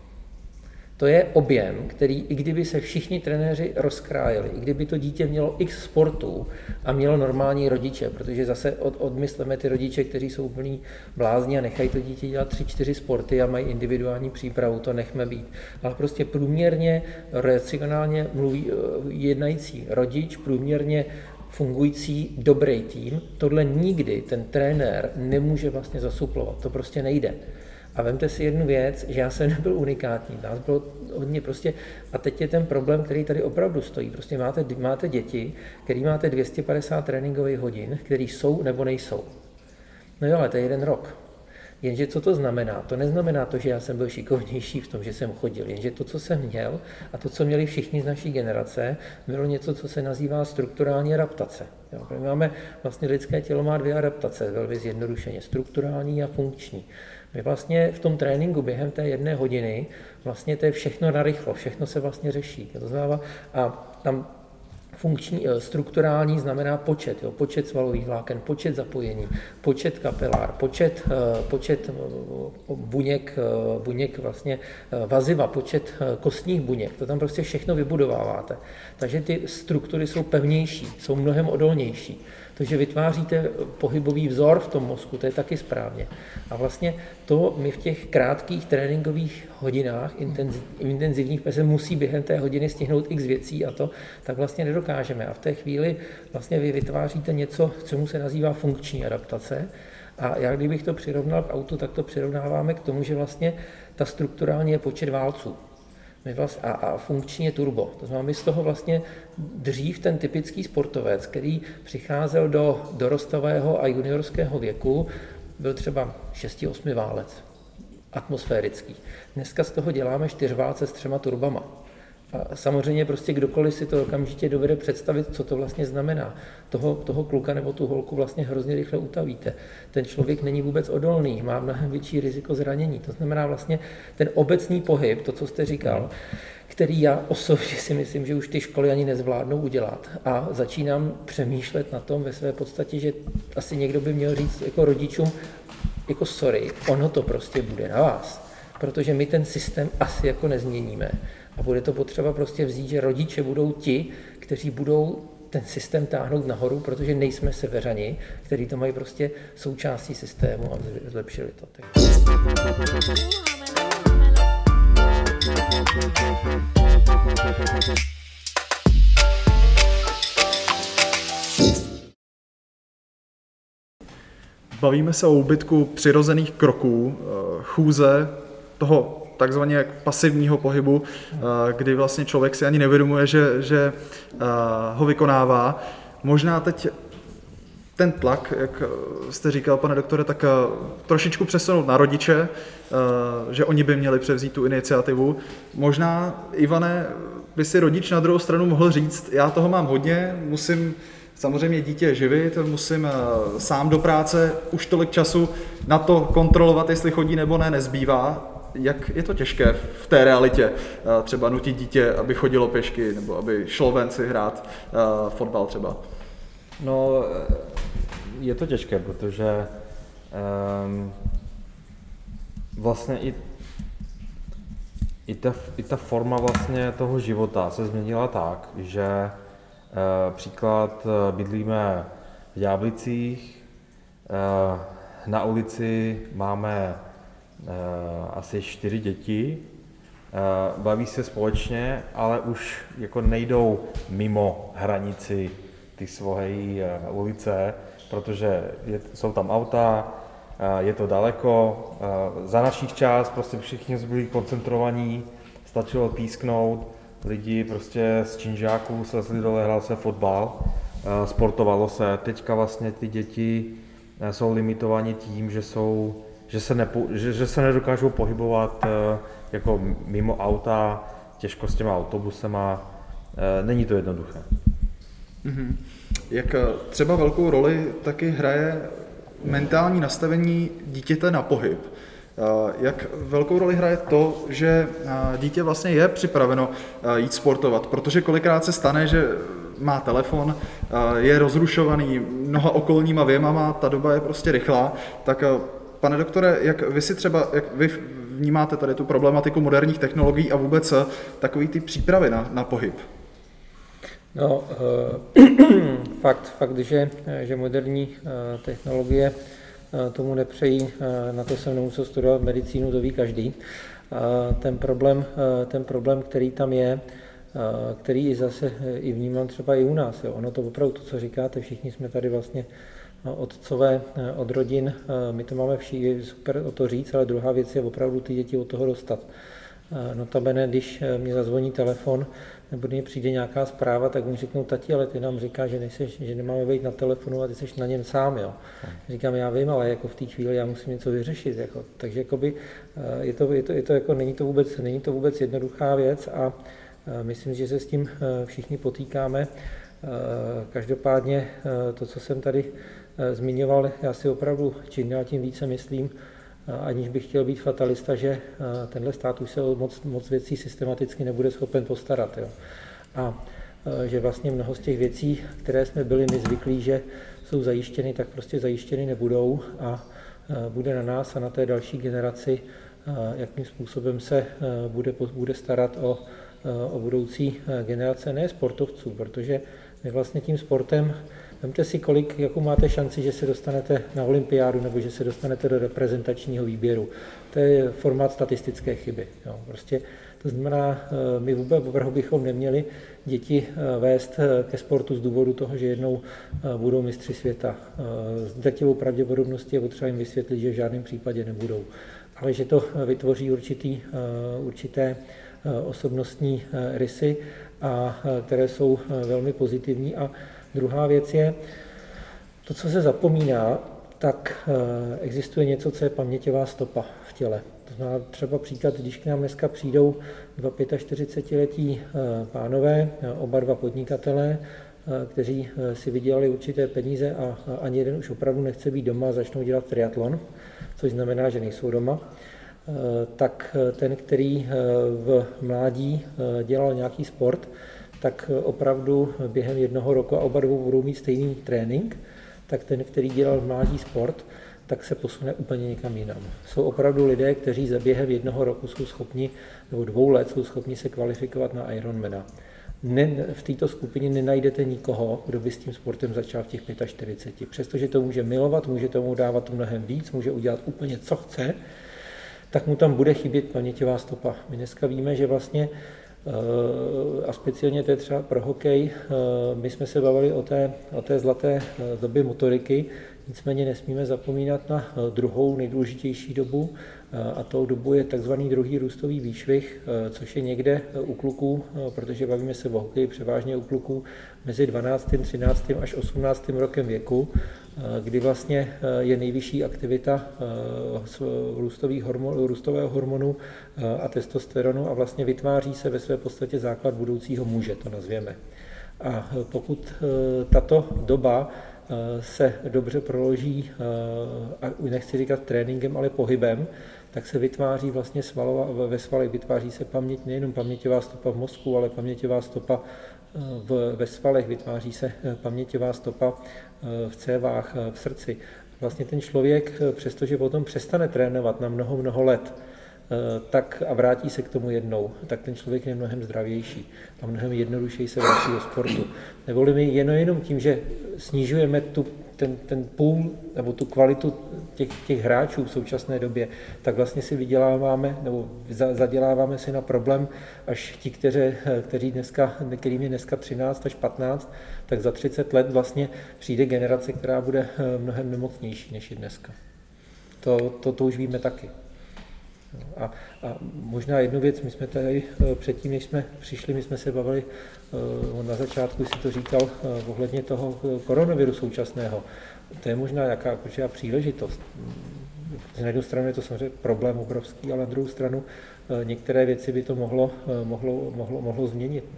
To je objem, který, i kdyby se všichni trenéři rozkrájeli, i kdyby to dítě mělo x sportů a mělo normální rodiče, protože zase od, odmysleme ty rodiče, kteří jsou úplný blázni a nechají to dítě dělat tři, čtyři sporty a mají individuální přípravu, to nechme být. Ale prostě průměrně, racionálně mluví, jednající rodič, průměrně fungující dobrý tým, tohle nikdy ten trenér nemůže vlastně zasuplovat, to prostě nejde. A vemte si jednu věc, že já jsem nebyl unikátní, nás bylo hodně prostě, a teď je ten problém, který tady opravdu stojí. Prostě máte, máte děti, který máte dvě stě padesát tréninkových hodin, který jsou nebo nejsou. No jo, ale to je jeden rok. Jenže co to znamená? To neznamená to, že já jsem byl šikovnější v tom, že jsem chodil, jenže to, co jsem měl a to, co měli všichni z naší generace, bylo něco, co se nazývá strukturální adaptace. Jo, my máme, vlastně lidské tělo má dvě adaptace, velmi zjednodušeně, strukturální a funkční. My vlastně v tom tréninku během té jedné hodiny vlastně to je všechno narychlo, všechno se vlastně řeší. To znamená, a tam funkční, strukturální znamená počet, jo, počet svalových vláken, počet zapojení, počet kapilár, počet, počet buněk, buněk vlastně vaziva, počet kostních buněk, to tam prostě všechno vybudováváte. Takže ty struktury jsou pevnější, jsou mnohem odolnější. Takže vytváříte pohybový vzor v tom mozku, to je taky správně. A vlastně to my v těch krátkých tréninkových hodinách, intenzivních, se musí během té hodiny stihnout x věcí a to, tak vlastně nedokážeme. A v té chvíli vlastně vy vytváříte něco, čemu se nazývá funkční adaptace. A já kdybych to přirovnal k autu, tak to přirovnáváme k tomu, že vlastně ta strukturální je počet válců. My vlastně, a, a funkčně turbo. To znamená, my z toho vlastně dřív ten typický sportovec, který přicházel do dorostového a juniorského věku, byl třeba šesti osmi válec, atmosférický. Dneska z toho děláme čtyřválce s třema turbama. A samozřejmě prostě kdokoliv si to okamžitě dovede představit, co to vlastně znamená. Toho, toho kluka nebo tu holku vlastně hrozně rychle utavíte. Ten člověk není vůbec odolný, má mnohem větší riziko zranění. To znamená vlastně ten obecný pohyb, to, co jste říkal, který já osobně si myslím, že už ty školy ani nezvládnou udělat. A začínám přemýšlet na tom ve své podstatě, že asi někdo by měl říct jako rodičům, jako sorry, ono to prostě bude na vás. Protože my ten systém asi jako nezměníme. A bude to potřeba prostě vzít, že rodiče budou ti, kteří budou ten systém táhnout nahoru, protože nejsme severani, kteří to mají prostě součástí systému a zlepšili to. Tak. Bavíme se o úbytku přirozených kroků, chůze, toho takzvaně pasivního pohybu, kdy vlastně člověk si ani nevědomuje, že, že ho vykonává. Možná teď ten tlak, jak jste říkal, pane doktore, tak trošičku přesunout na rodiče, že oni by měli převzít tu iniciativu. Možná, Ivane, by si rodič na druhou stranu mohl říct, já toho mám hodně, musím samozřejmě dítě živit, musím sám do práce, už tolik času na to kontrolovat, jestli chodí nebo ne, nezbývá. Jak je to těžké v té realitě třeba nutit dítě, aby chodilo pěšky nebo aby šlo ven si hrát fotbal třeba? No, je to těžké, protože um, vlastně i, i, ta, i ta forma vlastně toho života se změnila tak, že uh, příklad bydlíme v Ďáblicích, uh, na ulici máme uh, asi čtyři děti, uh, baví se společně, ale už jako nejdou mimo hranici ty svoje ulice, protože je, jsou tam auta, je to daleko. Za našich čas prostě všichni byli koncentrovaní, stačilo písknout, lidi prostě z činžáků slezli dole, hrál se fotbal, sportovalo se. Teďka vlastně ty děti jsou limitováni tím, že, jsou, že, se, nepo, že, že se nedokážou pohybovat jako mimo auta, těžko s těma autobusema, není to jednoduché. Mm-hmm. Jak třeba velkou roli taky hraje mentální nastavení dítěte na pohyb. Jak velkou roli hraje to, že dítě vlastně je připraveno jít sportovat, protože kolikrát se stane, že má telefon, je rozrušovaný mnoha okolníma věmama, ta doba je prostě rychlá, tak pane doktore, jak vy si třeba, jak vy vnímáte tady tu problematiku moderních technologií a vůbec takový ty přípravy na, na pohyb? No, fakt, fakt, že, že moderní technologie tomu nepřejí, na to jsem nemusel studovat medicínu, to ví každý. Ten problém, ten problém, který tam je, který i zase i vnímám třeba i u nás. Jo. Ono to opravdu, to, co říkáte, všichni jsme tady vlastně otcové od rodin, my to máme všichni, super o to říct, ale druhá věc je opravdu ty děti od toho dostat. Notabene, když mě zazvoní telefon, nebo když přijde nějaká zpráva, tak oni řeknou, tati, ale ty nám říká, že, nejseš, že nemáme být na telefonu a ty jsi na něm sám. Jo. Říkám, já vím, ale jako v té chvíli já musím něco vyřešit. Jako. Takže jakoby, je to, je to, je to jako, není, to vůbec, není to vůbec jednoduchá věc a myslím, že se s tím všichni potýkáme. Každopádně to, co jsem tady zmiňoval, já si opravdu čím dál tím více myslím, aniž bych chtěl být fatalista, že tenhle stát už se o moc, moc věcí systematicky nebude schopen postarat. Jo. A že vlastně mnoho z těch věcí, které jsme byli my zvyklí, že jsou zajištěny, tak prostě zajištěny nebudou a bude na nás a na té další generaci, jakým způsobem se bude, bude starat o, o budoucí generace, ne sportovců, protože my vlastně tím sportem, vemte si, kolik, jakou máte šanci, že se dostanete na olympiádu nebo že se dostanete do reprezentačního výběru. To je formát statistické chyby. Jo. Prostě to znamená, my vůbec opravdu bychom neměli děti vést ke sportu z důvodu toho, že jednou budou mistři světa. S drtivou pravděpodobností je potřeba jim vysvětlit, že v žádném případě nebudou. Ale že to vytvoří určitý, určité osobnostní rysy, a které jsou velmi pozitivní. A druhá věc je, to, co se zapomíná, tak existuje něco, co je paměťová stopa v těle. To znamená třeba příklad, když k nám dneska přijdou dva čtyřicetiletí pánové, oba dva podnikatelé, kteří si vydělali určité peníze a ani jeden už opravdu nechce být doma a začnou dělat triatlon, což znamená, že nejsou doma, tak ten, který v mládí dělal nějaký sport, tak opravdu během jednoho roku, a oba dvou budou mít stejný trénink, tak ten, který dělal v mládí sport, tak se posune úplně někam jinam. Jsou opravdu lidé, kteří za během jednoho roku jsou schopni, nebo dvou let jsou schopni se kvalifikovat na Ironmana. Ne, v této skupině nenajdete nikoho, kdo by s tím sportem začal v těch čtyřiceti pěti. Přestože to může milovat, může tomu dávat mnohem víc, může udělat úplně co chce, tak mu tam bude chybět paměťová stopa. My dneska víme, že vlastně, a speciálně to je třeba pro hokej, my jsme se bavili o té, o té zlaté době motoriky, Nicméně nesmíme zapomínat na druhou nejdůležitější dobu, a tou dobu je takzvaný druhý růstový výšvih, což je někde u kluků, protože bavíme se o hokeji převážně u kluků, mezi dvanáctým, třináctým až osmnáctým rokem věku, kdy vlastně je nejvyšší aktivita růstových hormon, růstového hormonu a testosteronu a vlastně vytváří se ve své podstatě základ budoucího muže, to nazvěme. A pokud tato doba se dobře proloží, a nechci říkat tréninkem, ale pohybem, tak se vytváří vlastně svalová, ve svalech vytváří se paměť, nejenom paměťová stopa v mozku, ale paměťová stopa v, ve svalech, vytváří se paměťová stopa v cévách, v srdci. Vlastně ten člověk, přestože potom přestane trénovat na mnoho, mnoho let, tak a vrátí se k tomu jednou, tak ten člověk je mnohem zdravější a mnohem jednodušeji se vrátí do sportu. Neboli my jenom, jenom tím, že snižujeme tu, ten, ten půl nebo tu kvalitu těch, těch hráčů v současné době, tak vlastně si vyděláváme nebo zaděláváme si na problém, až ti, kteří, kteří dneska, kterým je dneska třináct až patnáct, tak za třicet let vlastně přijde generace, která bude mnohem nemocnější než je dneska. To, to, to už víme taky. A, a možná jednu věc, my jsme tady předtím, než jsme přišli, my jsme se bavili, na začátku si to říkal, ohledně toho koronaviru současného. To je možná jaká určitá příležitost. Na jednu stranu je to samozřejmě problém obrovský, ale na druhou stranu některé věci by to mohlo, mohlo, mohlo, mohlo změnit. No.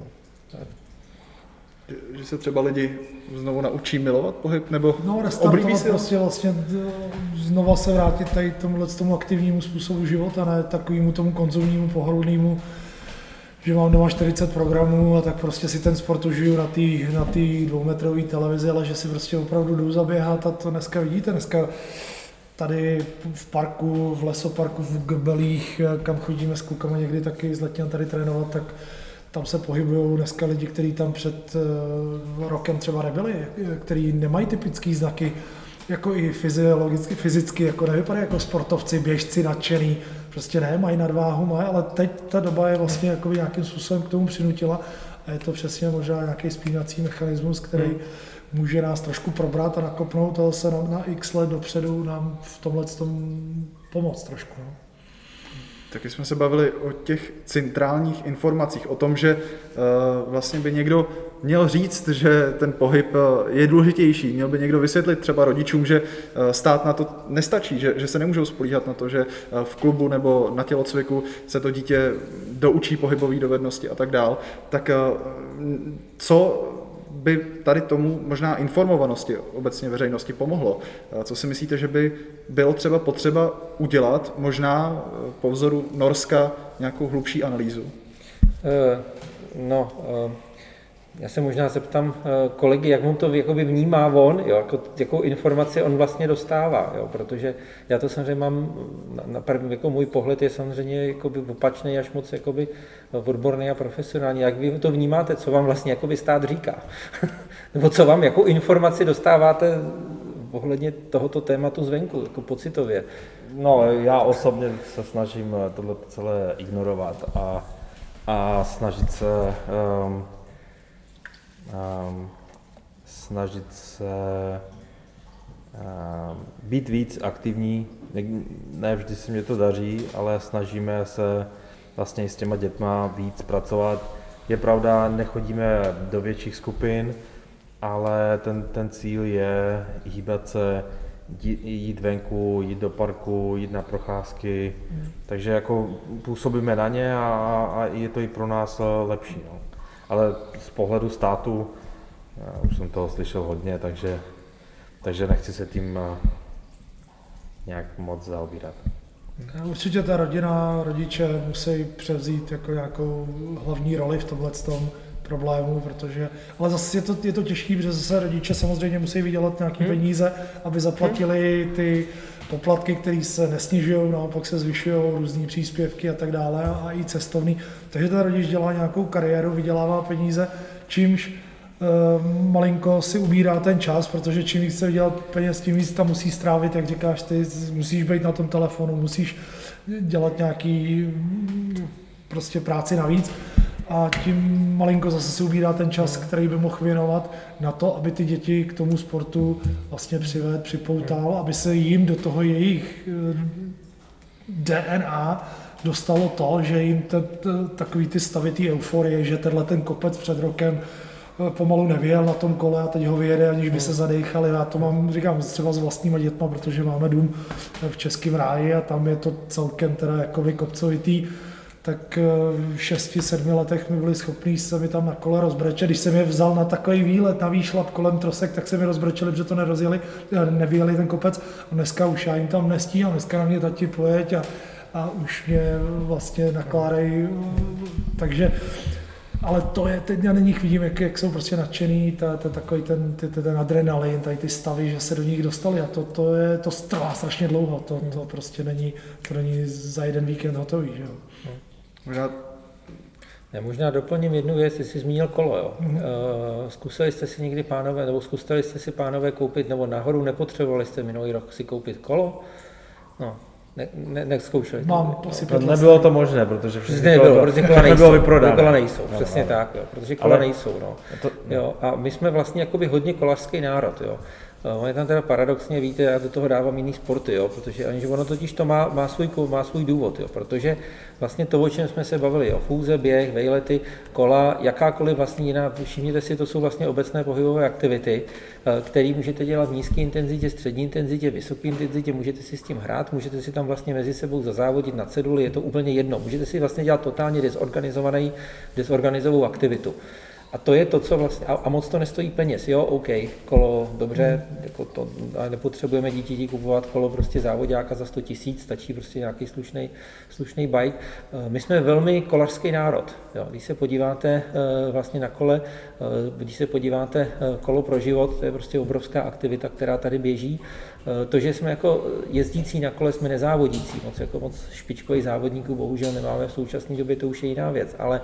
Že se třeba lidi znovu naučí milovat pohyb, nebo no, oblíbí si prostě vlastně znova se vrátit tady tomuhle tomu aktivnímu způsobu života, ne takovému tomu konzumnímu, pohodlnému, že mám doma čtyřicet programů a tak prostě si ten sport užiju na té na té dvoumetrové televizi, ale že si prostě opravdu jdu zaběhat a to dneska vidíte, dneska tady v parku, v lesoparku, v Gbelích, kam chodíme s klukama někdy taky z Letňan tady trénovat, tak tam se pohybují dneska lidi, kteří tam před uh, rokem třeba nebyli, kteří nemají typické znaky, jako i fyziologicky, fyzicky, jako nevypadají jako sportovci, běžci nadšený, prostě ne, mají nadváhu, mají, ale teď ta doba je vlastně jako nějakým způsobem k tomu přinutila a je to přesně možná nějaký spínací mechanismus, který hmm. může nás trošku probrat a nakopnout a zase na, na x let dopředu nám v tomhle tom pomoct trošku. No. Taky jsme se bavili o těch centrálních informacích, o tom, že uh, vlastně by někdo měl říct, že ten pohyb je důležitější. Měl by někdo vysvětlit třeba rodičům, že uh, stát na to nestačí, že, že se nemůžou spolíhat na to, že uh, v klubu nebo na tělocviku se to dítě doučí pohybové dovednosti a tak dál. Tak uh, co by tady tomu možná informovanosti obecně veřejnosti pomohlo? Co si myslíte, že by bylo třeba potřeba udělat, možná po vzoru Norska, nějakou hlubší analýzu? No, já se možná zeptám kolegy, jak on to jakoby vnímá on, jo, jako, jakou informaci on vlastně dostává, jo, protože já to samozřejmě mám, na, na první, jako můj pohled je samozřejmě jakoby opačný až moc jakoby odborný a profesionální. Jak vy to vnímáte, co vám vlastně jakoby stát říká? Nebo co vám, jakou informaci dostáváte ohledně tohoto tématu zvenku, jako pocitově? No, já osobně se snažím tohle celé ignorovat a, a snažit se um, um, snažit se um, být víc aktivní. Ne, ne vždy se mě to daří, ale snažíme se vlastně s těma dětma víc pracovat. Je pravda, nechodíme do větších skupin, ale ten, ten cíl je hýbat se, jít venku, jít do parku, jít na procházky, hmm. takže jako působíme na ně a, a je to i pro nás lepší. No. Ale z pohledu státu, já už jsem toho slyšel hodně, takže, takže nechci se tím nějak moc zaobírat. Určitě ta rodina, rodiče musí převzít jako nějakou hlavní roli v tomhletom problému, protože, ale zase je to, je to těžké, protože zase rodiče samozřejmě musí vydělat nějaké hmm. peníze, aby zaplatili ty poplatky, které se nesnižují, naopak se zvyšují, různý příspěvky a tak dále a i cestovný. Takže ten rodič dělá nějakou kariéru, vydělává peníze, čímž e, malinko si ubírá ten čas, protože čím víc chce vydělat peněz, tím víc tam musí strávit, jak říkáš ty, musíš být na tom telefonu, musíš dělat nějaký prostě práci navíc. a tím malinko zase si ubírá ten čas, který by mohl věnovat na to, aby ty děti k tomu sportu vlastně přivedl, připoutal, aby se jim do toho jejich D N A dostalo to, že jim te, te, takový ty stavy té euforie, že tenhle ten kopec před rokem pomalu nevyjel na tom kole a teď ho vyjede, aniž by se zadejchali. Já to mám, říkám, třeba s vlastníma dětma, protože máme dům v Českém ráji a tam je to celkem teda jakoby kopcovitý, tak v šesti, sedmi letech mi byli schopní se mi tam na kole rozbrečet. Když jsem je vzal na takový výlet, na výšlap kolem trosek, tak se mi rozbrečeli, protože to nerozjeli, nevyjeli ten kopec. A dneska už já jim tam nestíhám, dneska na mě tati pojeď a, a už mě vlastně nakládají. Takže ale to je, teď já na nich vidím, jak, jak jsou prostě nadšený, ta, ta, takový ten, ty, ten adrenalin, tady ty stavy, že se do nich dostali a to, to, je, to trvá strašně dlouho, to, to prostě není, to není za jeden víkend hotový, že jo. Možná... Já možná doplním jednu věc, jsi zmínil kolo, jo. Mm-hmm. Uh, zkusili jste si někdy, pánové, nebo zkusili jste si, pánové, koupit, nebo nahoru nepotřebovali jste minulý rok si koupit kolo? No. Ne, ne, nezkoušeli. Mám asi to nebylo to možné, protože všechny nebylo, kola, protože kola nejsou, vyprodáno. Kola nejsou, no, přesně no. tak, jo, protože kola Ale nejsou, no. To, no. Jo, a my jsme vlastně jakoby hodně kolařský národ, jo. On je tam teda paradoxně, víte, já do toho dávám jiný sporty, jo, protože aniž ono totiž to má, má, svůj, má svůj důvod, jo, protože vlastně to, o čem jsme se bavili, jo, chůze, běh, vejlety, kola, jakákoliv vlastně jiná, všimněte si, to jsou vlastně obecné pohybové aktivity, které můžete dělat v nízké intenzitě, střední intenzitě, vysoké intenzitě, můžete si s tím hrát, můžete si tam vlastně mezi sebou zazávodit na ceduli, je to úplně jedno, můžete si vlastně dělat totálně dezorganizovanou, dezorganizovanou aktivitu. A to je to, co vlastně, a, a moc to nestojí peněz, jo, OK, kolo, dobře, jako to, ale nepotřebujeme dítěti kupovat kolo prostě závodáka za sto tisíc, stačí prostě nějaký slušný, slušný bike. My jsme velmi kolařský národ, jo, když se podíváte vlastně na kole, když se podíváte kolo pro život, to je prostě obrovská aktivita, která tady běží. To, že jsme jako jezdící na kole, jsme nezávodící, moc, jako moc špičkových závodníků bohužel nemáme v současné době, to už je jiná věc, ale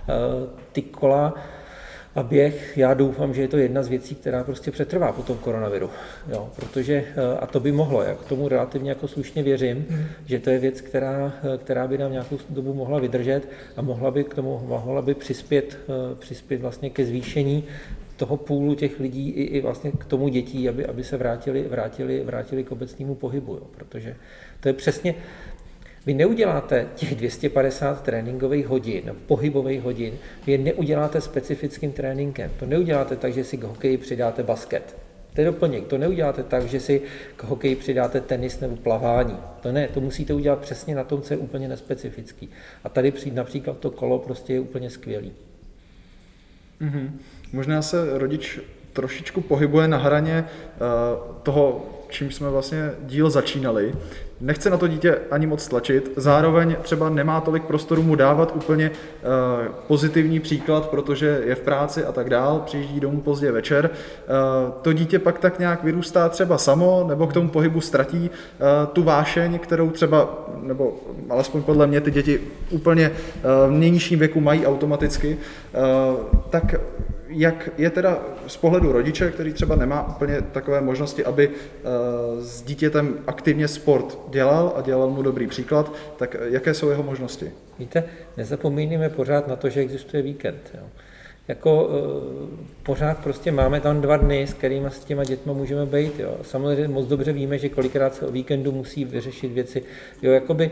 ty kola a běh, já doufám, že je to jedna z věcí, která prostě přetrvá po tom koronaviru, jo, protože, a to by mohlo, já k tomu relativně jako slušně věřím, mm. že to je věc, která, která by nám nějakou dobu mohla vydržet a mohla by k tomu, mohla by přispět, přispět vlastně ke zvýšení toho půlu těch lidí i, i vlastně k tomu dětí, aby, aby se vrátili, vrátili, vrátili k obecnému pohybu, jo, protože to je přesně. Vy neuděláte těch dvě stě padesát tréninkových hodin, pohybových hodin, vy je neuděláte specifickým tréninkem. To neuděláte tak, že si k hokeji přidáte basket. To je doplněk. To neuděláte tak, že si k hokeji přidáte tenis nebo plavání. To ne, to musíte udělat přesně na tom, co je úplně nespecifický. A tady přijít například to kolo prostě je úplně skvělý. Mm-hmm. Možná se rodič trošičku pohybuje na hraně uh, toho, čím jsme vlastně díl začínali. Nechce na to dítě ani moc tlačit, zároveň třeba nemá tolik prostoru mu dávat úplně uh, pozitivní příklad, protože je v práci a tak dál, přijíždí domů pozdě večer. Uh, to dítě pak tak nějak vyrůstá třeba samo, nebo k tomu pohybu ztratí uh, tu vášeň, kterou třeba, nebo alespoň podle mě ty děti úplně uh, v nejnižším věku mají automaticky, uh, tak jak je teda z pohledu rodiče, který třeba nemá úplně takové možnosti, aby s dítětem aktivně sport dělal a dělal mu dobrý příklad, tak jaké jsou jeho možnosti? Víte, nezapomínejme pořád na to, že existuje víkend. Jo. Jako pořád prostě máme tam dva dny, s kterými s těma dětma můžeme být. Jo. Samozřejmě moc dobře víme, že kolikrát se o víkendu musí vyřešit věci. Jo, jakoby,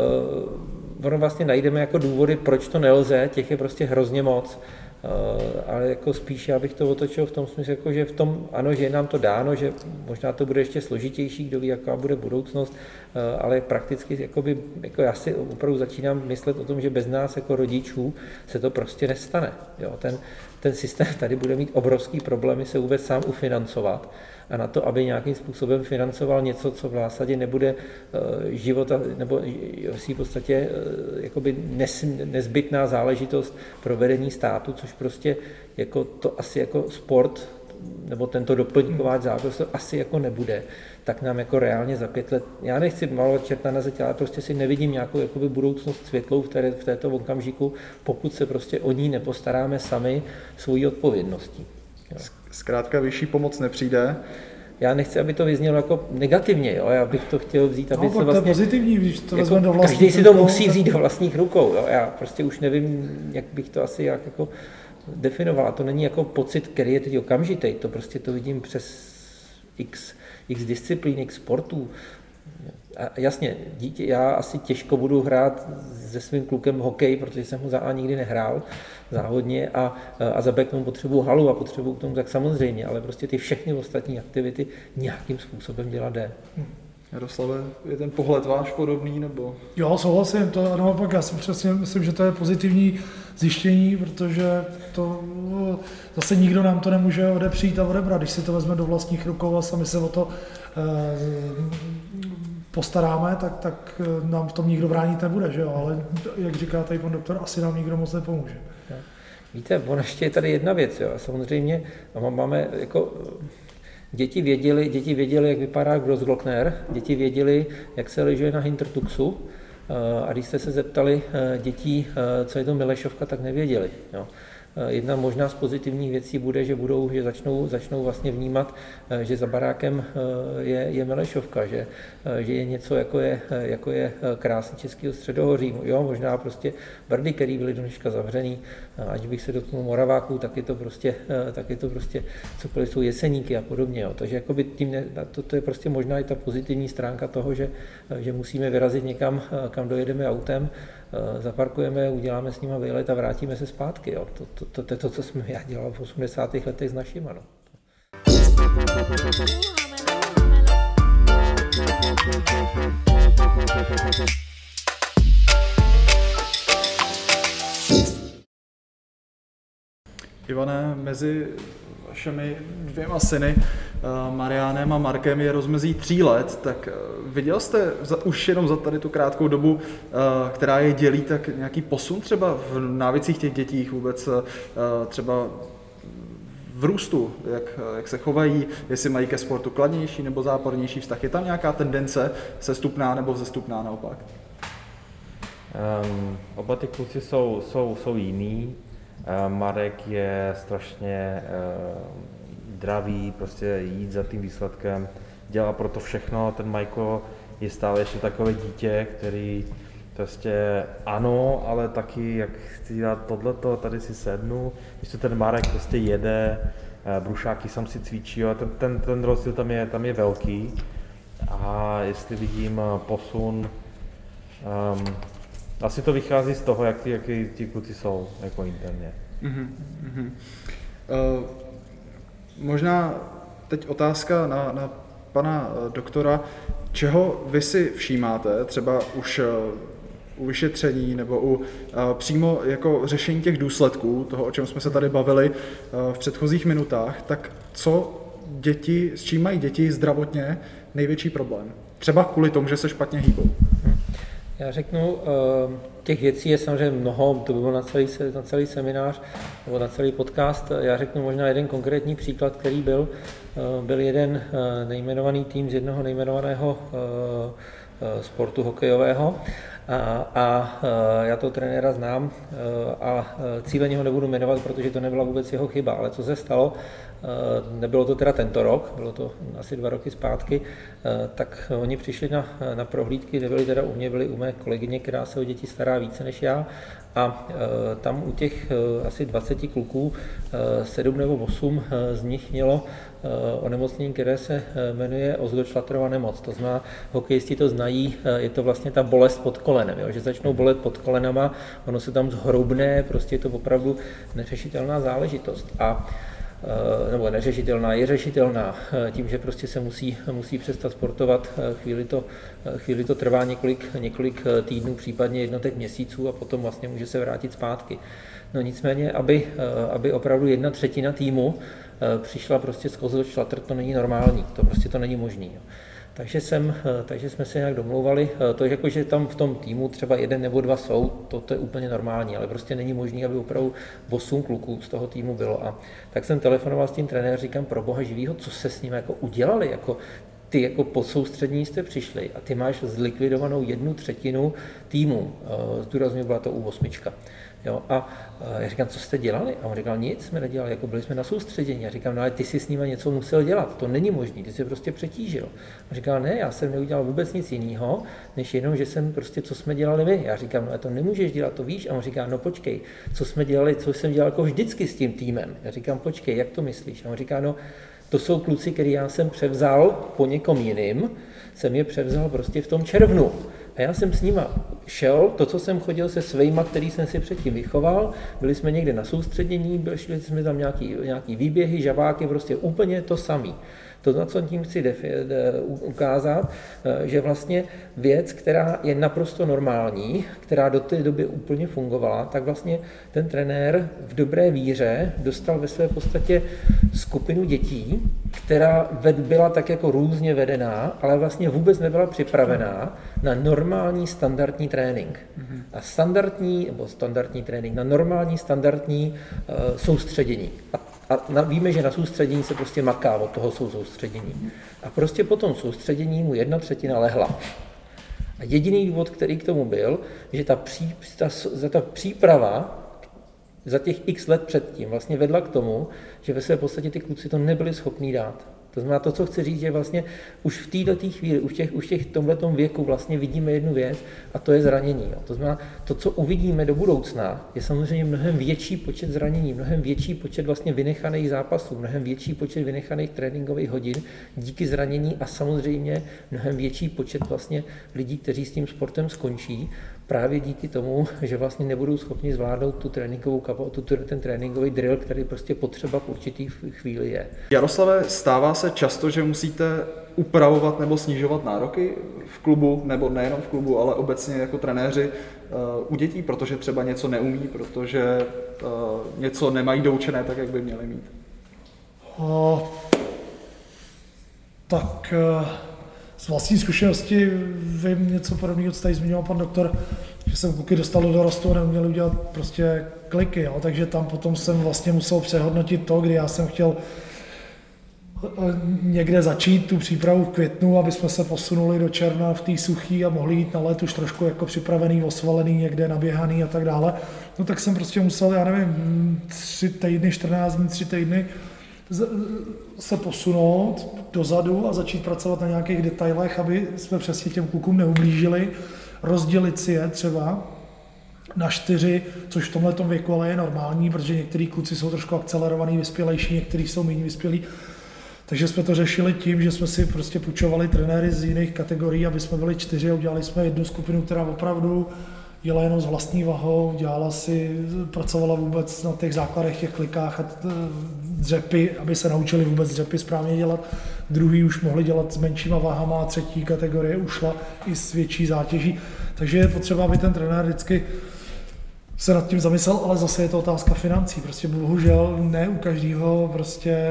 uh, ono vlastně najdeme jako důvody, proč to nelze, těch je prostě hrozně moc. Uh, ale jako spíš já bych to otočil v tom smyslu, jako, že v tom, ano, že je nám to dáno, že možná to bude ještě složitější, kdo ví, jaká bude budoucnost, uh, ale prakticky jakoby, jako já si opravdu začínám myslet o tom, že bez nás jako rodičů se to prostě nestane. Jo? Ten, ten systém tady bude mít obrovský problémy se vůbec sám ufinancovat a na to, aby nějakým způsobem financoval něco, co v zásadě nebude uh, života, nebo si v podstatě uh, jakoby nes, nezbytná záležitost pro vedení státu, což prostě jako to asi jako sport, nebo tento doplňkováč základ, to asi jako nebude, tak nám jako reálně za pět let, já nechci malovat čerta na zeď, ale prostě si nevidím nějakou jakoby budoucnost světlou v, té, v této okamžiku, pokud se prostě o ní nepostaráme sami svojí odpovědností. Jo. Zkrátka vyšší pomoc nepřijde. já nechci, aby to vyznělo jako negativně, jo? Já bych to chtěl vzít, aby no, se vlastně... vlastně... to je pozitivní, když to jako vezme do vlastních každý si to rukou, musí tak... vzít do vlastních rukou, jo? Já prostě už nevím, jak bych to asi jak jako definovala. To není jako pocit, který je teď okamžitý, to prostě to vidím přes x, x disciplín, x sportů. A jasně, dítě, já asi těžko budu hrát se svým klukem hokej, protože jsem ho za A nikdy nehrál závodně a, a za B k tomu potřebuji halu a potřebuji k tomu tak samozřejmě, ale prostě ty všechny ostatní aktivity nějakým způsobem dělat jde. Jaroslave, je ten pohled váš podobný, nebo? Jo, souhlasím, to naopak, já si přesně myslím, že to je pozitivní zjištění, protože to zase nikdo nám to nemůže odepřít a odebrat, když si to vezme do vlastních rukou a sami se o to eh, postaráme, tak, tak nám v tom nikdo bránit nebude, že jo? Ale jak říká tady pan doktor, asi nám nikdo moc nepomůže. Víte, ono ještě je tady jedna věc, jo? Samozřejmě máme jako... Děti věděli, děti věděli, jak vypadá Grossglockner, děti věděli, jak se lyžuje na Hintertuxu, a když jste se zeptali dětí, co je to Milešovka, tak nevěděli. Jo. Jedna možná z pozitivních věcí bude, že budou, že začnou, začnou vlastně vnímat, že za barákem je, je Milešovka, že, že je něco, jako je, jako je krásný českého středohoří. Jo, možná prostě Brdy, který byly do dneška zavřený, ať bych se dotknul Moraváků, tak je to prostě, tak je to prostě cokoliv jsou Jeseníky a podobně. Jo. Takže jakoby tím ne, to, to je prostě možná i ta pozitivní stránka toho, že, že musíme vyrazit někam, kam dojedeme autem, zaparkujeme, uděláme s nima výlet a vrátíme se zpátky. Jo. To, to, to, to je to, co jsme já dělal v osmdesátých letech s našima. No. Ivane, mezi vašimi dvěma syny, Mariánem a Markem, je rozmezí tří let, tak viděl jste za, už jenom za tady tu krátkou dobu, která je dělí, tak nějaký posun třeba v návicích těch dětí, vůbec třeba v růstu, jak, jak se chovají, jestli mají ke sportu kladnější nebo zápornější vztah. Je tam nějaká tendence sestupná nebo vzestupná naopak? Um, oba ty kluci jsou, jsou, jsou jiný. Marek je strašně uh, dravý, prostě jít za tím výsledkem, dělá pro to všechno. Ten Majko je stále ještě takové dítě, který prostě ano, ale taky jak chci dělat tohleto, tady si sednu. Když to ten Marek prostě jede, uh, brušáky sam si cvičí, a ten, ten, ten rozdíl tam je, tam je velký. A jestli vidím posun, um, asi to vychází z toho, jak ty, jak ty kluci jsou jako interně. Mm-hmm, mm-hmm. Uh, možná teď otázka na, na pana doktora. Čeho vy si všímáte, třeba už uh, u vyšetření nebo u uh, přímo jako řešení těch důsledků, toho, o čem jsme se tady bavili uh, v předchozích minutách, tak co děti, s čím mají děti zdravotně největší problém? Třeba kvůli tomu, že se špatně hýbou. Já řeknu, těch věcí je samozřejmě mnoho, to by bylo na celý, na celý seminář nebo na celý podcast. Já řeknu možná jeden konkrétní příklad, který byl. Byl jeden nejmenovaný tým z jednoho nejmenovaného sportu hokejového a, a já toho trenéra znám a cíleně ho nebudu jmenovat, protože to nebyla vůbec jeho chyba, ale co se stalo, nebylo to teda tento rok, bylo to asi dva roky zpátky, tak oni přišli na, na prohlídky, nebyli teda u mě, byli u mé kolegyně, která se o děti stará více než já, a tam u těch asi dvaceti kluků sedm nebo osm z nich mělo onemocnění, které se jmenuje Osgood-Schlotterova nemoc. To znamená, hokejisti to znají, je to vlastně ta bolest pod kolenem, jo? Že začnou bolet pod kolenama, ono se tam zhroubne, prostě je to opravdu neřešitelná záležitost. A nebo neřešitelná, je řešitelná tím, že prostě se musí, musí přestat sportovat, chvíli to, chvíli to trvá několik, několik týdnů, případně jednotek měsíců a potom vlastně může se vrátit zpátky. No nicméně, aby, aby opravdu jedna třetina týmu přišla prostě z Osgood-Schlatter, to není normální, to prostě to není možný. Takže, jsem, takže jsme se nějak domlouvali, to je jako, že tam v tom týmu třeba jeden nebo dva jsou, to, to je úplně normální, ale prostě není možné, aby opravdu osm kluků z toho týmu bylo. A tak jsem telefonoval s tím trenérem, říkám, pro boha živýho, co se s ním jako udělali, jako ty jako podsoustřední jste přišli a ty máš zlikvidovanou jednu třetinu týmu, zdůrazňuji, byla to U osm. Jo, a já říkám, co jste dělali? A on říkal, nic jsme nedělali, jako byli jsme na soustředění. Já říkám, no ale ty si s nimi něco musel dělat, to není možné, ty jsi prostě přetížil. A říkal, ne, já jsem neudělal vůbec nic jiného, než jenom, že jsem prostě, co jsme dělali my. Já říkám, no a to nemůžeš dělat, to víš? A on říká, no počkej, co jsme dělali, co jsem dělal jako vždycky s tím týmem. Já říkám, počkej, jak to myslíš? A on říká, no to jsou kluci, který já jsem převzal po někom jiným, jsem je převzal prostě v tom červnu. A já jsem s nima šel, to, co jsem chodil se svejma, který jsem si předtím vychoval, byli jsme někde na soustředění, byli, šli jsme tam nějaký, nějaký výběhy, žabáky, prostě úplně to samý. To, na co tím chci defi- de- ukázat, že vlastně věc, která je naprosto normální, která do té doby úplně fungovala, tak vlastně ten trenér v dobré víře dostal ve své podstatě skupinu dětí, která byla tak jako různě vedená, ale vlastně vůbec nebyla připravená na normální standardní trénink. A standardní, nebo standardní trénink, na normální standardní uh, soustředění. A A na, víme, že na soustředění se prostě maká, od toho jsou soustředění. A prostě po tom soustředění mu jedna třetina lehla. A jediný důvod, který k tomu byl, že ta, pří, ta, ta příprava za těch x let předtím vlastně vedla k tomu, že ve své podstatě ty kluci to nebyli schopní dát. To znamená, to, co chci říct, že vlastně už v této chvíli, už v těch, už těch tomhletom věku vlastně vidíme jednu věc a to je zranění. Jo. To znamená, to, co uvidíme do budoucna, je samozřejmě mnohem větší počet zranění, mnohem větší počet vlastně vynechaných zápasů, mnohem větší počet vynechaných tréninkových hodin díky zranění a samozřejmě mnohem větší počet vlastně lidí, kteří s tím sportem skončí, právě díky tomu, že vlastně nebudou schopni zvládnout tu tréninkovou kapacitu, ten tréninkový drill, který prostě potřeba v určitý chvíli je. Jaroslave, stává se často, že musíte upravovat nebo snižovat nároky v klubu, nebo nejenom v klubu, ale obecně jako trenéři u dětí, protože třeba něco neumí, protože něco nemají doučené tak, jak by měli mít? A, tak z vlastní zkušenosti vím něco podobného, co tady zmiňoval pan doktor, že jsem kluky dostal do dorostu a neuměli udělat prostě kliky, jo? Takže tam potom jsem vlastně musel přehodnotit to, kdy já jsem chtěl někde začít tu přípravu v květnu, aby jsme se posunuli do června v té suchý a mohli jít na let už trošku jako připravený, osvalený, někde naběhaný a tak dále. No tak jsem prostě musel, já nevím, tři týdny, čtrnáct dní, tři týdny se posunout dozadu a začít pracovat na nějakých detailech, aby jsme přesně těm klukům neublížili, rozdělit si je třeba na čtyři, což v tomhletom věku ale je normální, protože některý kluci jsou trošku akcelerovaný, vyspělejší, některý jsou méně vyspělí. Takže jsme to řešili tím, že jsme si prostě půjčovali trenéry z jiných kategorií, aby jsme byli čtyři a udělali jsme jednu skupinu, která opravdu jela jenom s vlastní vahou, dělala si, pracovala vůbec na těch základech, těch klikách a dřepy, aby se naučili vůbec dřepy správně dělat. Druhý už mohli dělat s menšíma váhama a třetí kategorie ušla i s větší zátěží. Takže je potřeba, aby ten trenér vždycky se nad tím zamyslel, ale zase je to otázka financí. Prostě bohužel ne u každého prostě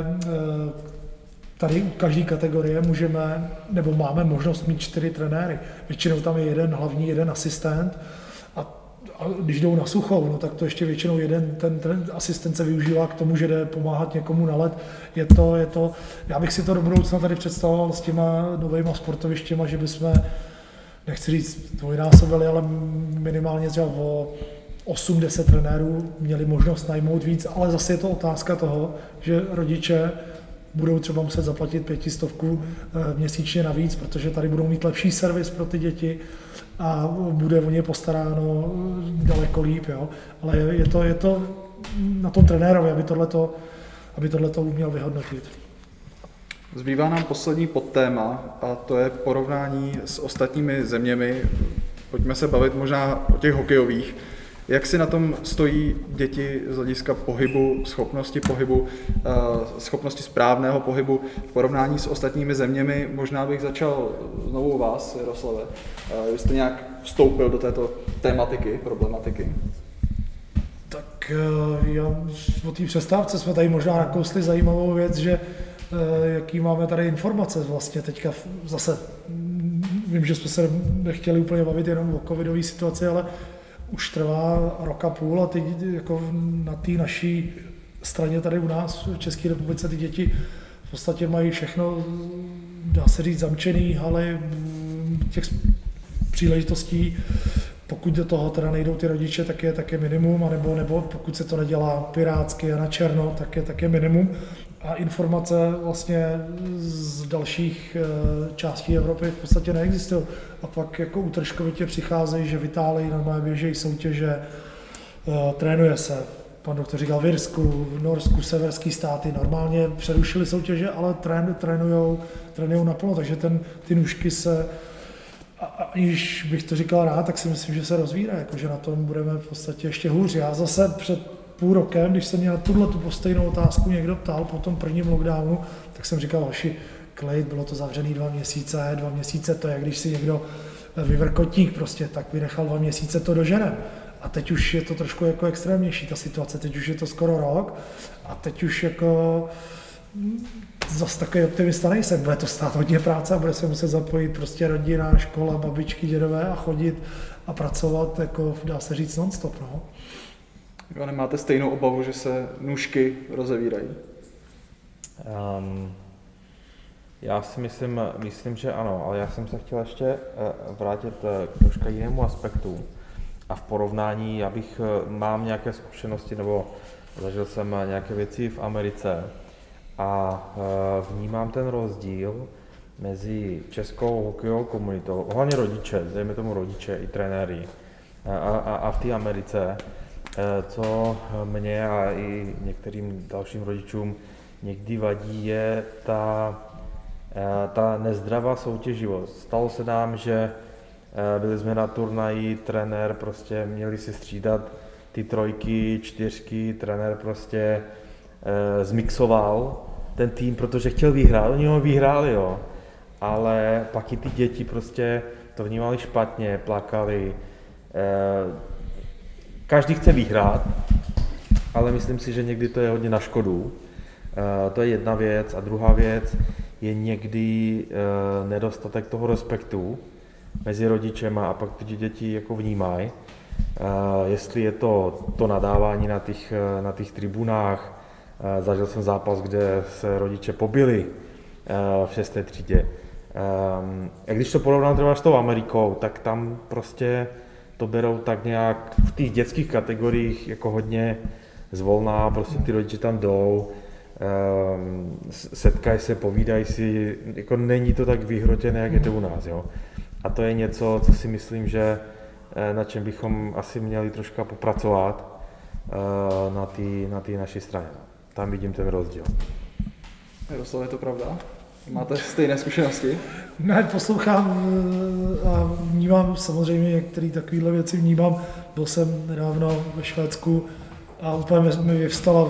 tady u každé kategorie můžeme, nebo máme možnost mít čtyři trenéry. Většinou tam je jeden hlavní, jeden asistent a, a když jdou na suchou, no tak to ještě většinou jeden ten, ten asistent se využívá k tomu, že jde pomáhat někomu na let. Je to, je to, já bych si to do budoucna tady představoval s těma novejma sportovištěma, že bychom, nechci říct dvojnásobili, ale minimálně třeba o osm deset trenérů měli možnost najmout víc, ale zase je to otázka toho, že rodiče budou třeba muset zaplatit pětistovku měsíčně navíc, protože tady budou mít lepší servis pro ty děti a bude o ně postaráno daleko líp. Jo? Ale je to, je to na tom trenérovi, aby tohleto, aby tohleto uměl vyhodnotit. Zbývá nám poslední podtéma a to je porovnání s ostatními zeměmi. Pojďme se bavit možná o těch hokejových. Jak si na tom stojí děti z hlediska pohybu, schopnosti pohybu, schopnosti správného pohybu v porovnání s ostatními zeměmi? Možná bych začal znovu u vás, Jaroslave. Vy jste nějak vstoupil do této tématiky, problematiky. Tak já, o té přestávce jsme tady možná nakousli zajímavou věc, že jaký máme tady informace vlastně teďka zase. Vím, že jsme se nechtěli úplně bavit jenom o covidové situaci, ale už trvá rok a půl a ty jako na té naší straně tady u nás v České republice ty děti v podstatě mají všechno, dá se říct, zamčený, ale těch příležitostí pokud do toho teda nejdou ty rodiče, tak je také minimum, anebo, nebo pokud se to nedělá pirátsky a na černo, tak je také minimum. A informace vlastně z dalších částí Evropy v podstatě neexistují. A pak jako utržkovitě přicházejí, že v Itálii normálně běžejí soutěže, trénuje se. Pan doktor říkal v Irsku, v Norsku, severský státy normálně přerušili soutěže, ale trén, trénujou, trénujou naplno, takže ten, ty nůžky se, a, aniž bych to říkal rád, tak si myslím, že se rozvírají, jakože na tom budeme v podstatě ještě hůř. Já zase před půl rokem, když se mě na tuhle tu stejnou otázku někdo ptal po tom prvním lockdownu, tak jsem říkal, hoši, klid, bylo to zavřený dva měsíce, dva měsíce to je, když si někdo vyvrkotník prostě, tak vynechal dva měsíce, to doženem. A teď už je to trošku jako extrémnější ta situace, teď už je to skoro rok a teď už jako zase takový optimista nejsem, bude to stát hodně práce a bude se muset zapojit prostě rodina, škola, babičky, dědové a chodit a pracovat, jako dá se říct non-stop, no. Jo, nemáte stejnou obavu, že se nůžky rozevírají? Um, já si myslím, myslím, že ano, ale já jsem se chtěl ještě vrátit k trošku jinému aspektu. A v porovnání, já bych, mám nějaké zkušenosti, nebo zažil jsem nějaké věci v Americe a vnímám ten rozdíl mezi českou hokejovou komunitou, hlavně rodiče, dejme tomu rodiče i trenéry a, a, a v té Americe, co mě a i některým dalším rodičům někdy vadí, je ta, ta nezdravá soutěživost. Stalo se nám, že byli jsme na turnaji, trenér prostě měli si střídat ty trojky, čtyřky, trenér prostě e, zmixoval ten tým, protože chtěl vyhrát, oni ho vyhráli, jo. Ale pak i ty děti prostě to vnímali špatně, plakali. E, každý chce vyhrát, ale myslím si, že někdy to je hodně na škodu. E, to je jedna věc a druhá věc je někdy e, nedostatek toho respektu mezi rodičema a pak ty děti jako vnímají, uh, jestli je to, to nadávání na těch, na těch tribunách. Uh, zažil jsem zápas, kde se rodiče pobili uh, v šesté třídě. Um, a když to porovnám třeba s tou Amerikou, tak tam prostě to berou tak nějak v těch dětských kategoriích jako hodně zvolná, prostě ty rodiče tam jdou, um, setkají se, povídají si, jako není to tak vyhrotěné, jak je to u nás, jo. A to je něco, co si myslím, že na čem bychom asi měli trošku popracovat na té na té naší straně. Tam vidím ten rozdíl. Jaroslav, je to pravda? Máte stejné zkušenosti? Ne, poslouchám a vnímám samozřejmě některé takovéhle věci vnímám. Byl jsem nedávno ve Švédsku a úplně mi vyvstala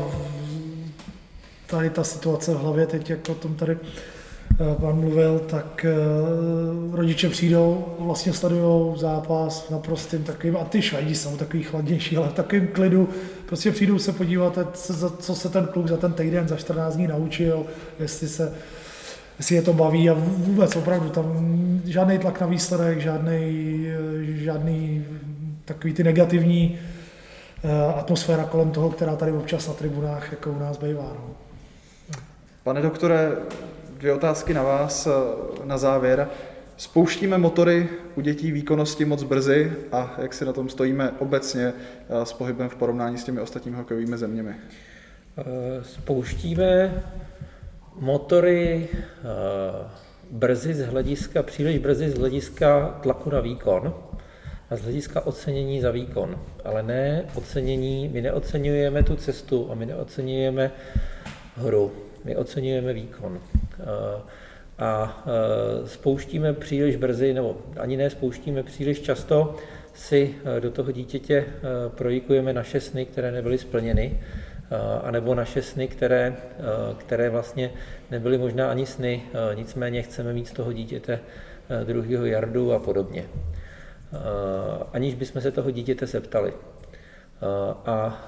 tady ta situace v hlavě, teď jak o tom tady pan mluvil, tak uh, rodiče přijdou, vlastně sledují zápas naprostým takovým, a ty Švédi jsou takový chladnější, ale v takovém klidu, prostě přijdou se podívat, co se ten kluk za ten týden, za čtrnáct dní naučil, jestli se jestli je to baví a vůbec opravdu tam žádný tlak na výsledek, žádný, žádný takový ty negativní uh, atmosféra kolem toho, která tady občas na tribunách jako u nás bývá. No. Pane doktore, dvě otázky na vás na závěr. Spouštíme motory u dětí výkonnosti moc brzy a jak si na tom stojíme obecně s pohybem v porovnání s těmi ostatními hokejovými zeměmi? Spouštíme motory brzy z hlediska, příliš brzy z hlediska tlaku na výkon a z hlediska ocenění za výkon, ale ne ocenění, my neocenujeme tu cestu a my neocenujeme hru. My oceňujeme výkon a spouštíme příliš brzy, nebo ani ne spouštíme příliš často, si do toho dítěte projikujeme naše sny, které nebyly splněny, anebo naše sny, které, které vlastně nebyly možná ani sny, nicméně chceme mít z toho dítěte druhýho Jardu a podobně. Aniž bychom se toho dítěte zeptali. A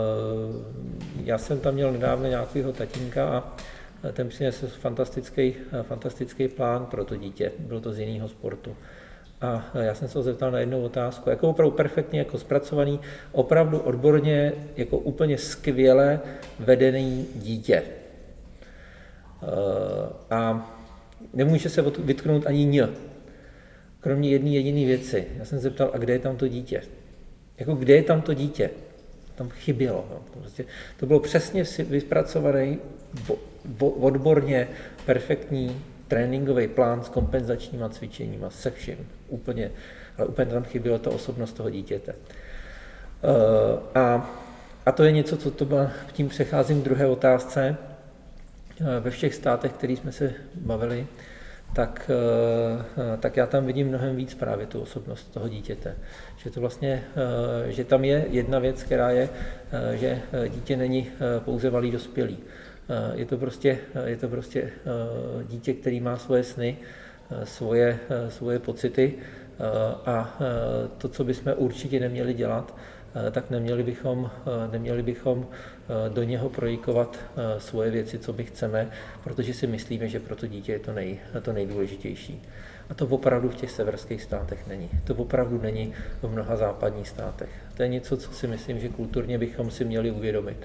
já jsem tam měl nedávno nějakého tatínka a ten přinesl fantastický, fantastický plán pro to dítě, byl to z jiného sportu. A já jsem se ho zeptal na jednu otázku, jako opravdu perfektně jako zpracovaný, opravdu odborně, jako úplně skvěle vedený dítě. A nemůže se vytknout ani ň. kromě jedné jediné věci. Já jsem se zeptal, a kde je tam to dítě? Jako kde je tam to dítě? Tam chybělo. No. To, prostě, to bylo přesně vypracovaný, odborně perfektní tréninkový plán s kompenzačníma cvičeníma, se vším. Úplně, ale úplně tam chybělo ta osobnost toho dítěte. Uh, a, a to je něco, co to byla, tím přecházím k druhé otázce. Uh, ve všech státech, kterých jsme se bavili, tak, uh, tak já tam vidím mnohem víc právě tu osobnost toho dítěte. Že to vlastně, uh, že tam je jedna věc, která je, uh, že dítě není uh, pouze malý dospělý. Uh, je to prostě, uh, je to prostě uh, dítě, který má svoje sny, uh, svoje, uh, svoje pocity uh, a uh, to, co bychom určitě neměli dělat, tak neměli bychom, neměli bychom do něho projikovat svoje věci, co my chceme, protože si myslíme, že pro to dítě je to, nej, to nejdůležitější. A to opravdu v těch severských státech není. To opravdu není v mnoha západních státech. To je něco, co si myslím, že kulturně bychom si měli uvědomit.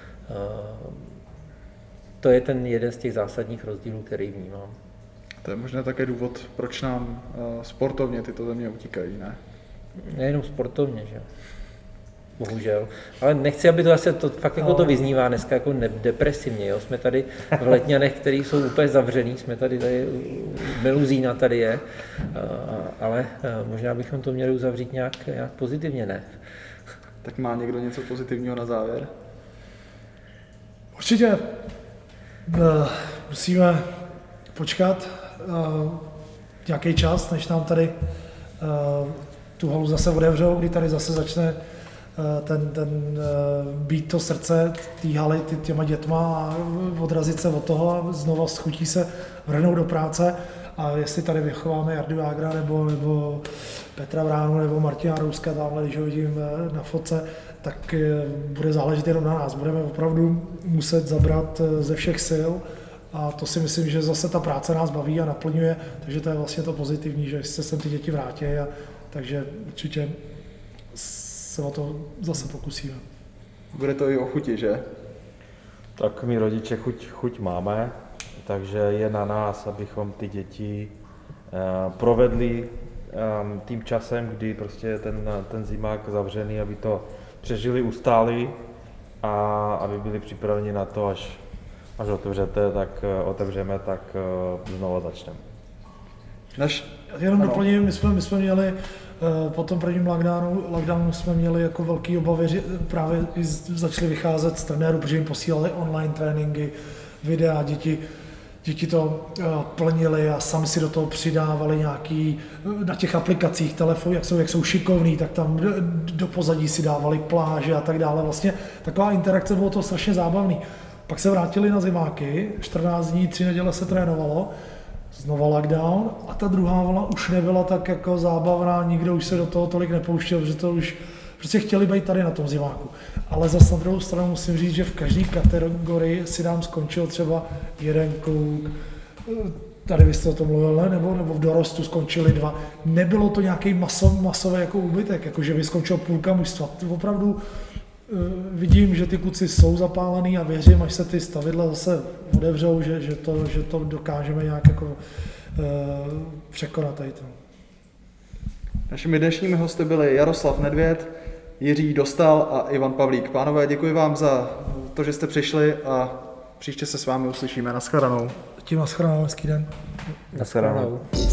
To je ten jeden z těch zásadních rozdílů, který vnímám. To je možná také důvod, proč nám sportovně tyto země utíkají, ne? Nejenom sportovně, že? Bohužel. Ale nechci, aby to zase to fakt jako to vyznívá dneska jako depresivně. Jo? Jsme tady v Letňanech, který jsou úplně zavřený, jsme tady, tady Meluzína tady je, ale možná bychom to měli uzavřít nějak, nějak pozitivně, ne? Tak má někdo něco pozitivního na závěr? Určitě musíme počkat nějaký čas, než nám tady tu halu zase otevřou, kdy tady zase začne ten, ten být to srdce té haly tě, těma dětma a odrazit se od toho a znova schutí se vrhnout do práce. A jestli tady vychováme Jardu Jágra nebo, nebo Petra Vránu nebo Martina Rouska, tamhle, když ho vidím na fotce, tak bude záležet jenom na nás. Budeme opravdu muset zabrat ze všech sil a to si myslím, že zase ta práce nás baví a naplňuje, takže to je vlastně to pozitivní, že se sem ty děti vrátí a takže určitě se o to zase pokusíme. Bude to i o chuti, že? Tak my rodiče chuť, chuť máme, takže je na nás, abychom ty děti uh, provedli um, tím časem, kdy prostě je ten, ten zimák zavřený, aby to přežili, ustáli a aby byli připraveni na to, až, až otevřete, tak uh, otevřeme, tak uh, znova začneme. Než... Jenom doplním, my jsme, my jsme měli po tom prvním lockdownu, lockdownu jsme měli jako velký obavy, že právě začaly vycházet z trenérů, protože jim posílali online tréninky, videa, děti, děti to plnili a sami si do toho přidávali nějaký, na těch aplikacích telefonů, jak jsou, jak jsou šikovní, tak tam do, do pozadí si dávali pláže a tak dále. Vlastně taková interakce, bylo to strašně zábavný. Pak se vrátili na zimáky, čtrnáct dní, tři neděle se trénovalo, znova lockdown a ta druhá vlna už nebyla tak jako zábavná, nikdo už se do toho tolik nepouštěl, protože to už prostě chtěli být tady na tom zimáku. Ale zase na druhou stranu musím říct, že v každé kategorii si nám skončil třeba jeden kluk, tady vy jste o tom mluvil, ne? Nebo, nebo v dorostu skončili dva. Nebylo to nějaký masov, masový jako úbytek, jako že by skončil půlka mužstva. Opravdu vidím, že ty kluci jsou zapálený a věřím, až se ty stavidla zase otevřou, že, že, to, že to dokážeme nějak jako uh, překonat tady to. Našimi dnešními hosty byli Jaroslav Nedvěd, Jiří Dostal a Ivan Pavlík. Pánové, děkuji vám za to, že jste přišli a příště se s vámi uslyšíme. Naschledanou. Tím naschledanou, hezký den. Naschledanou.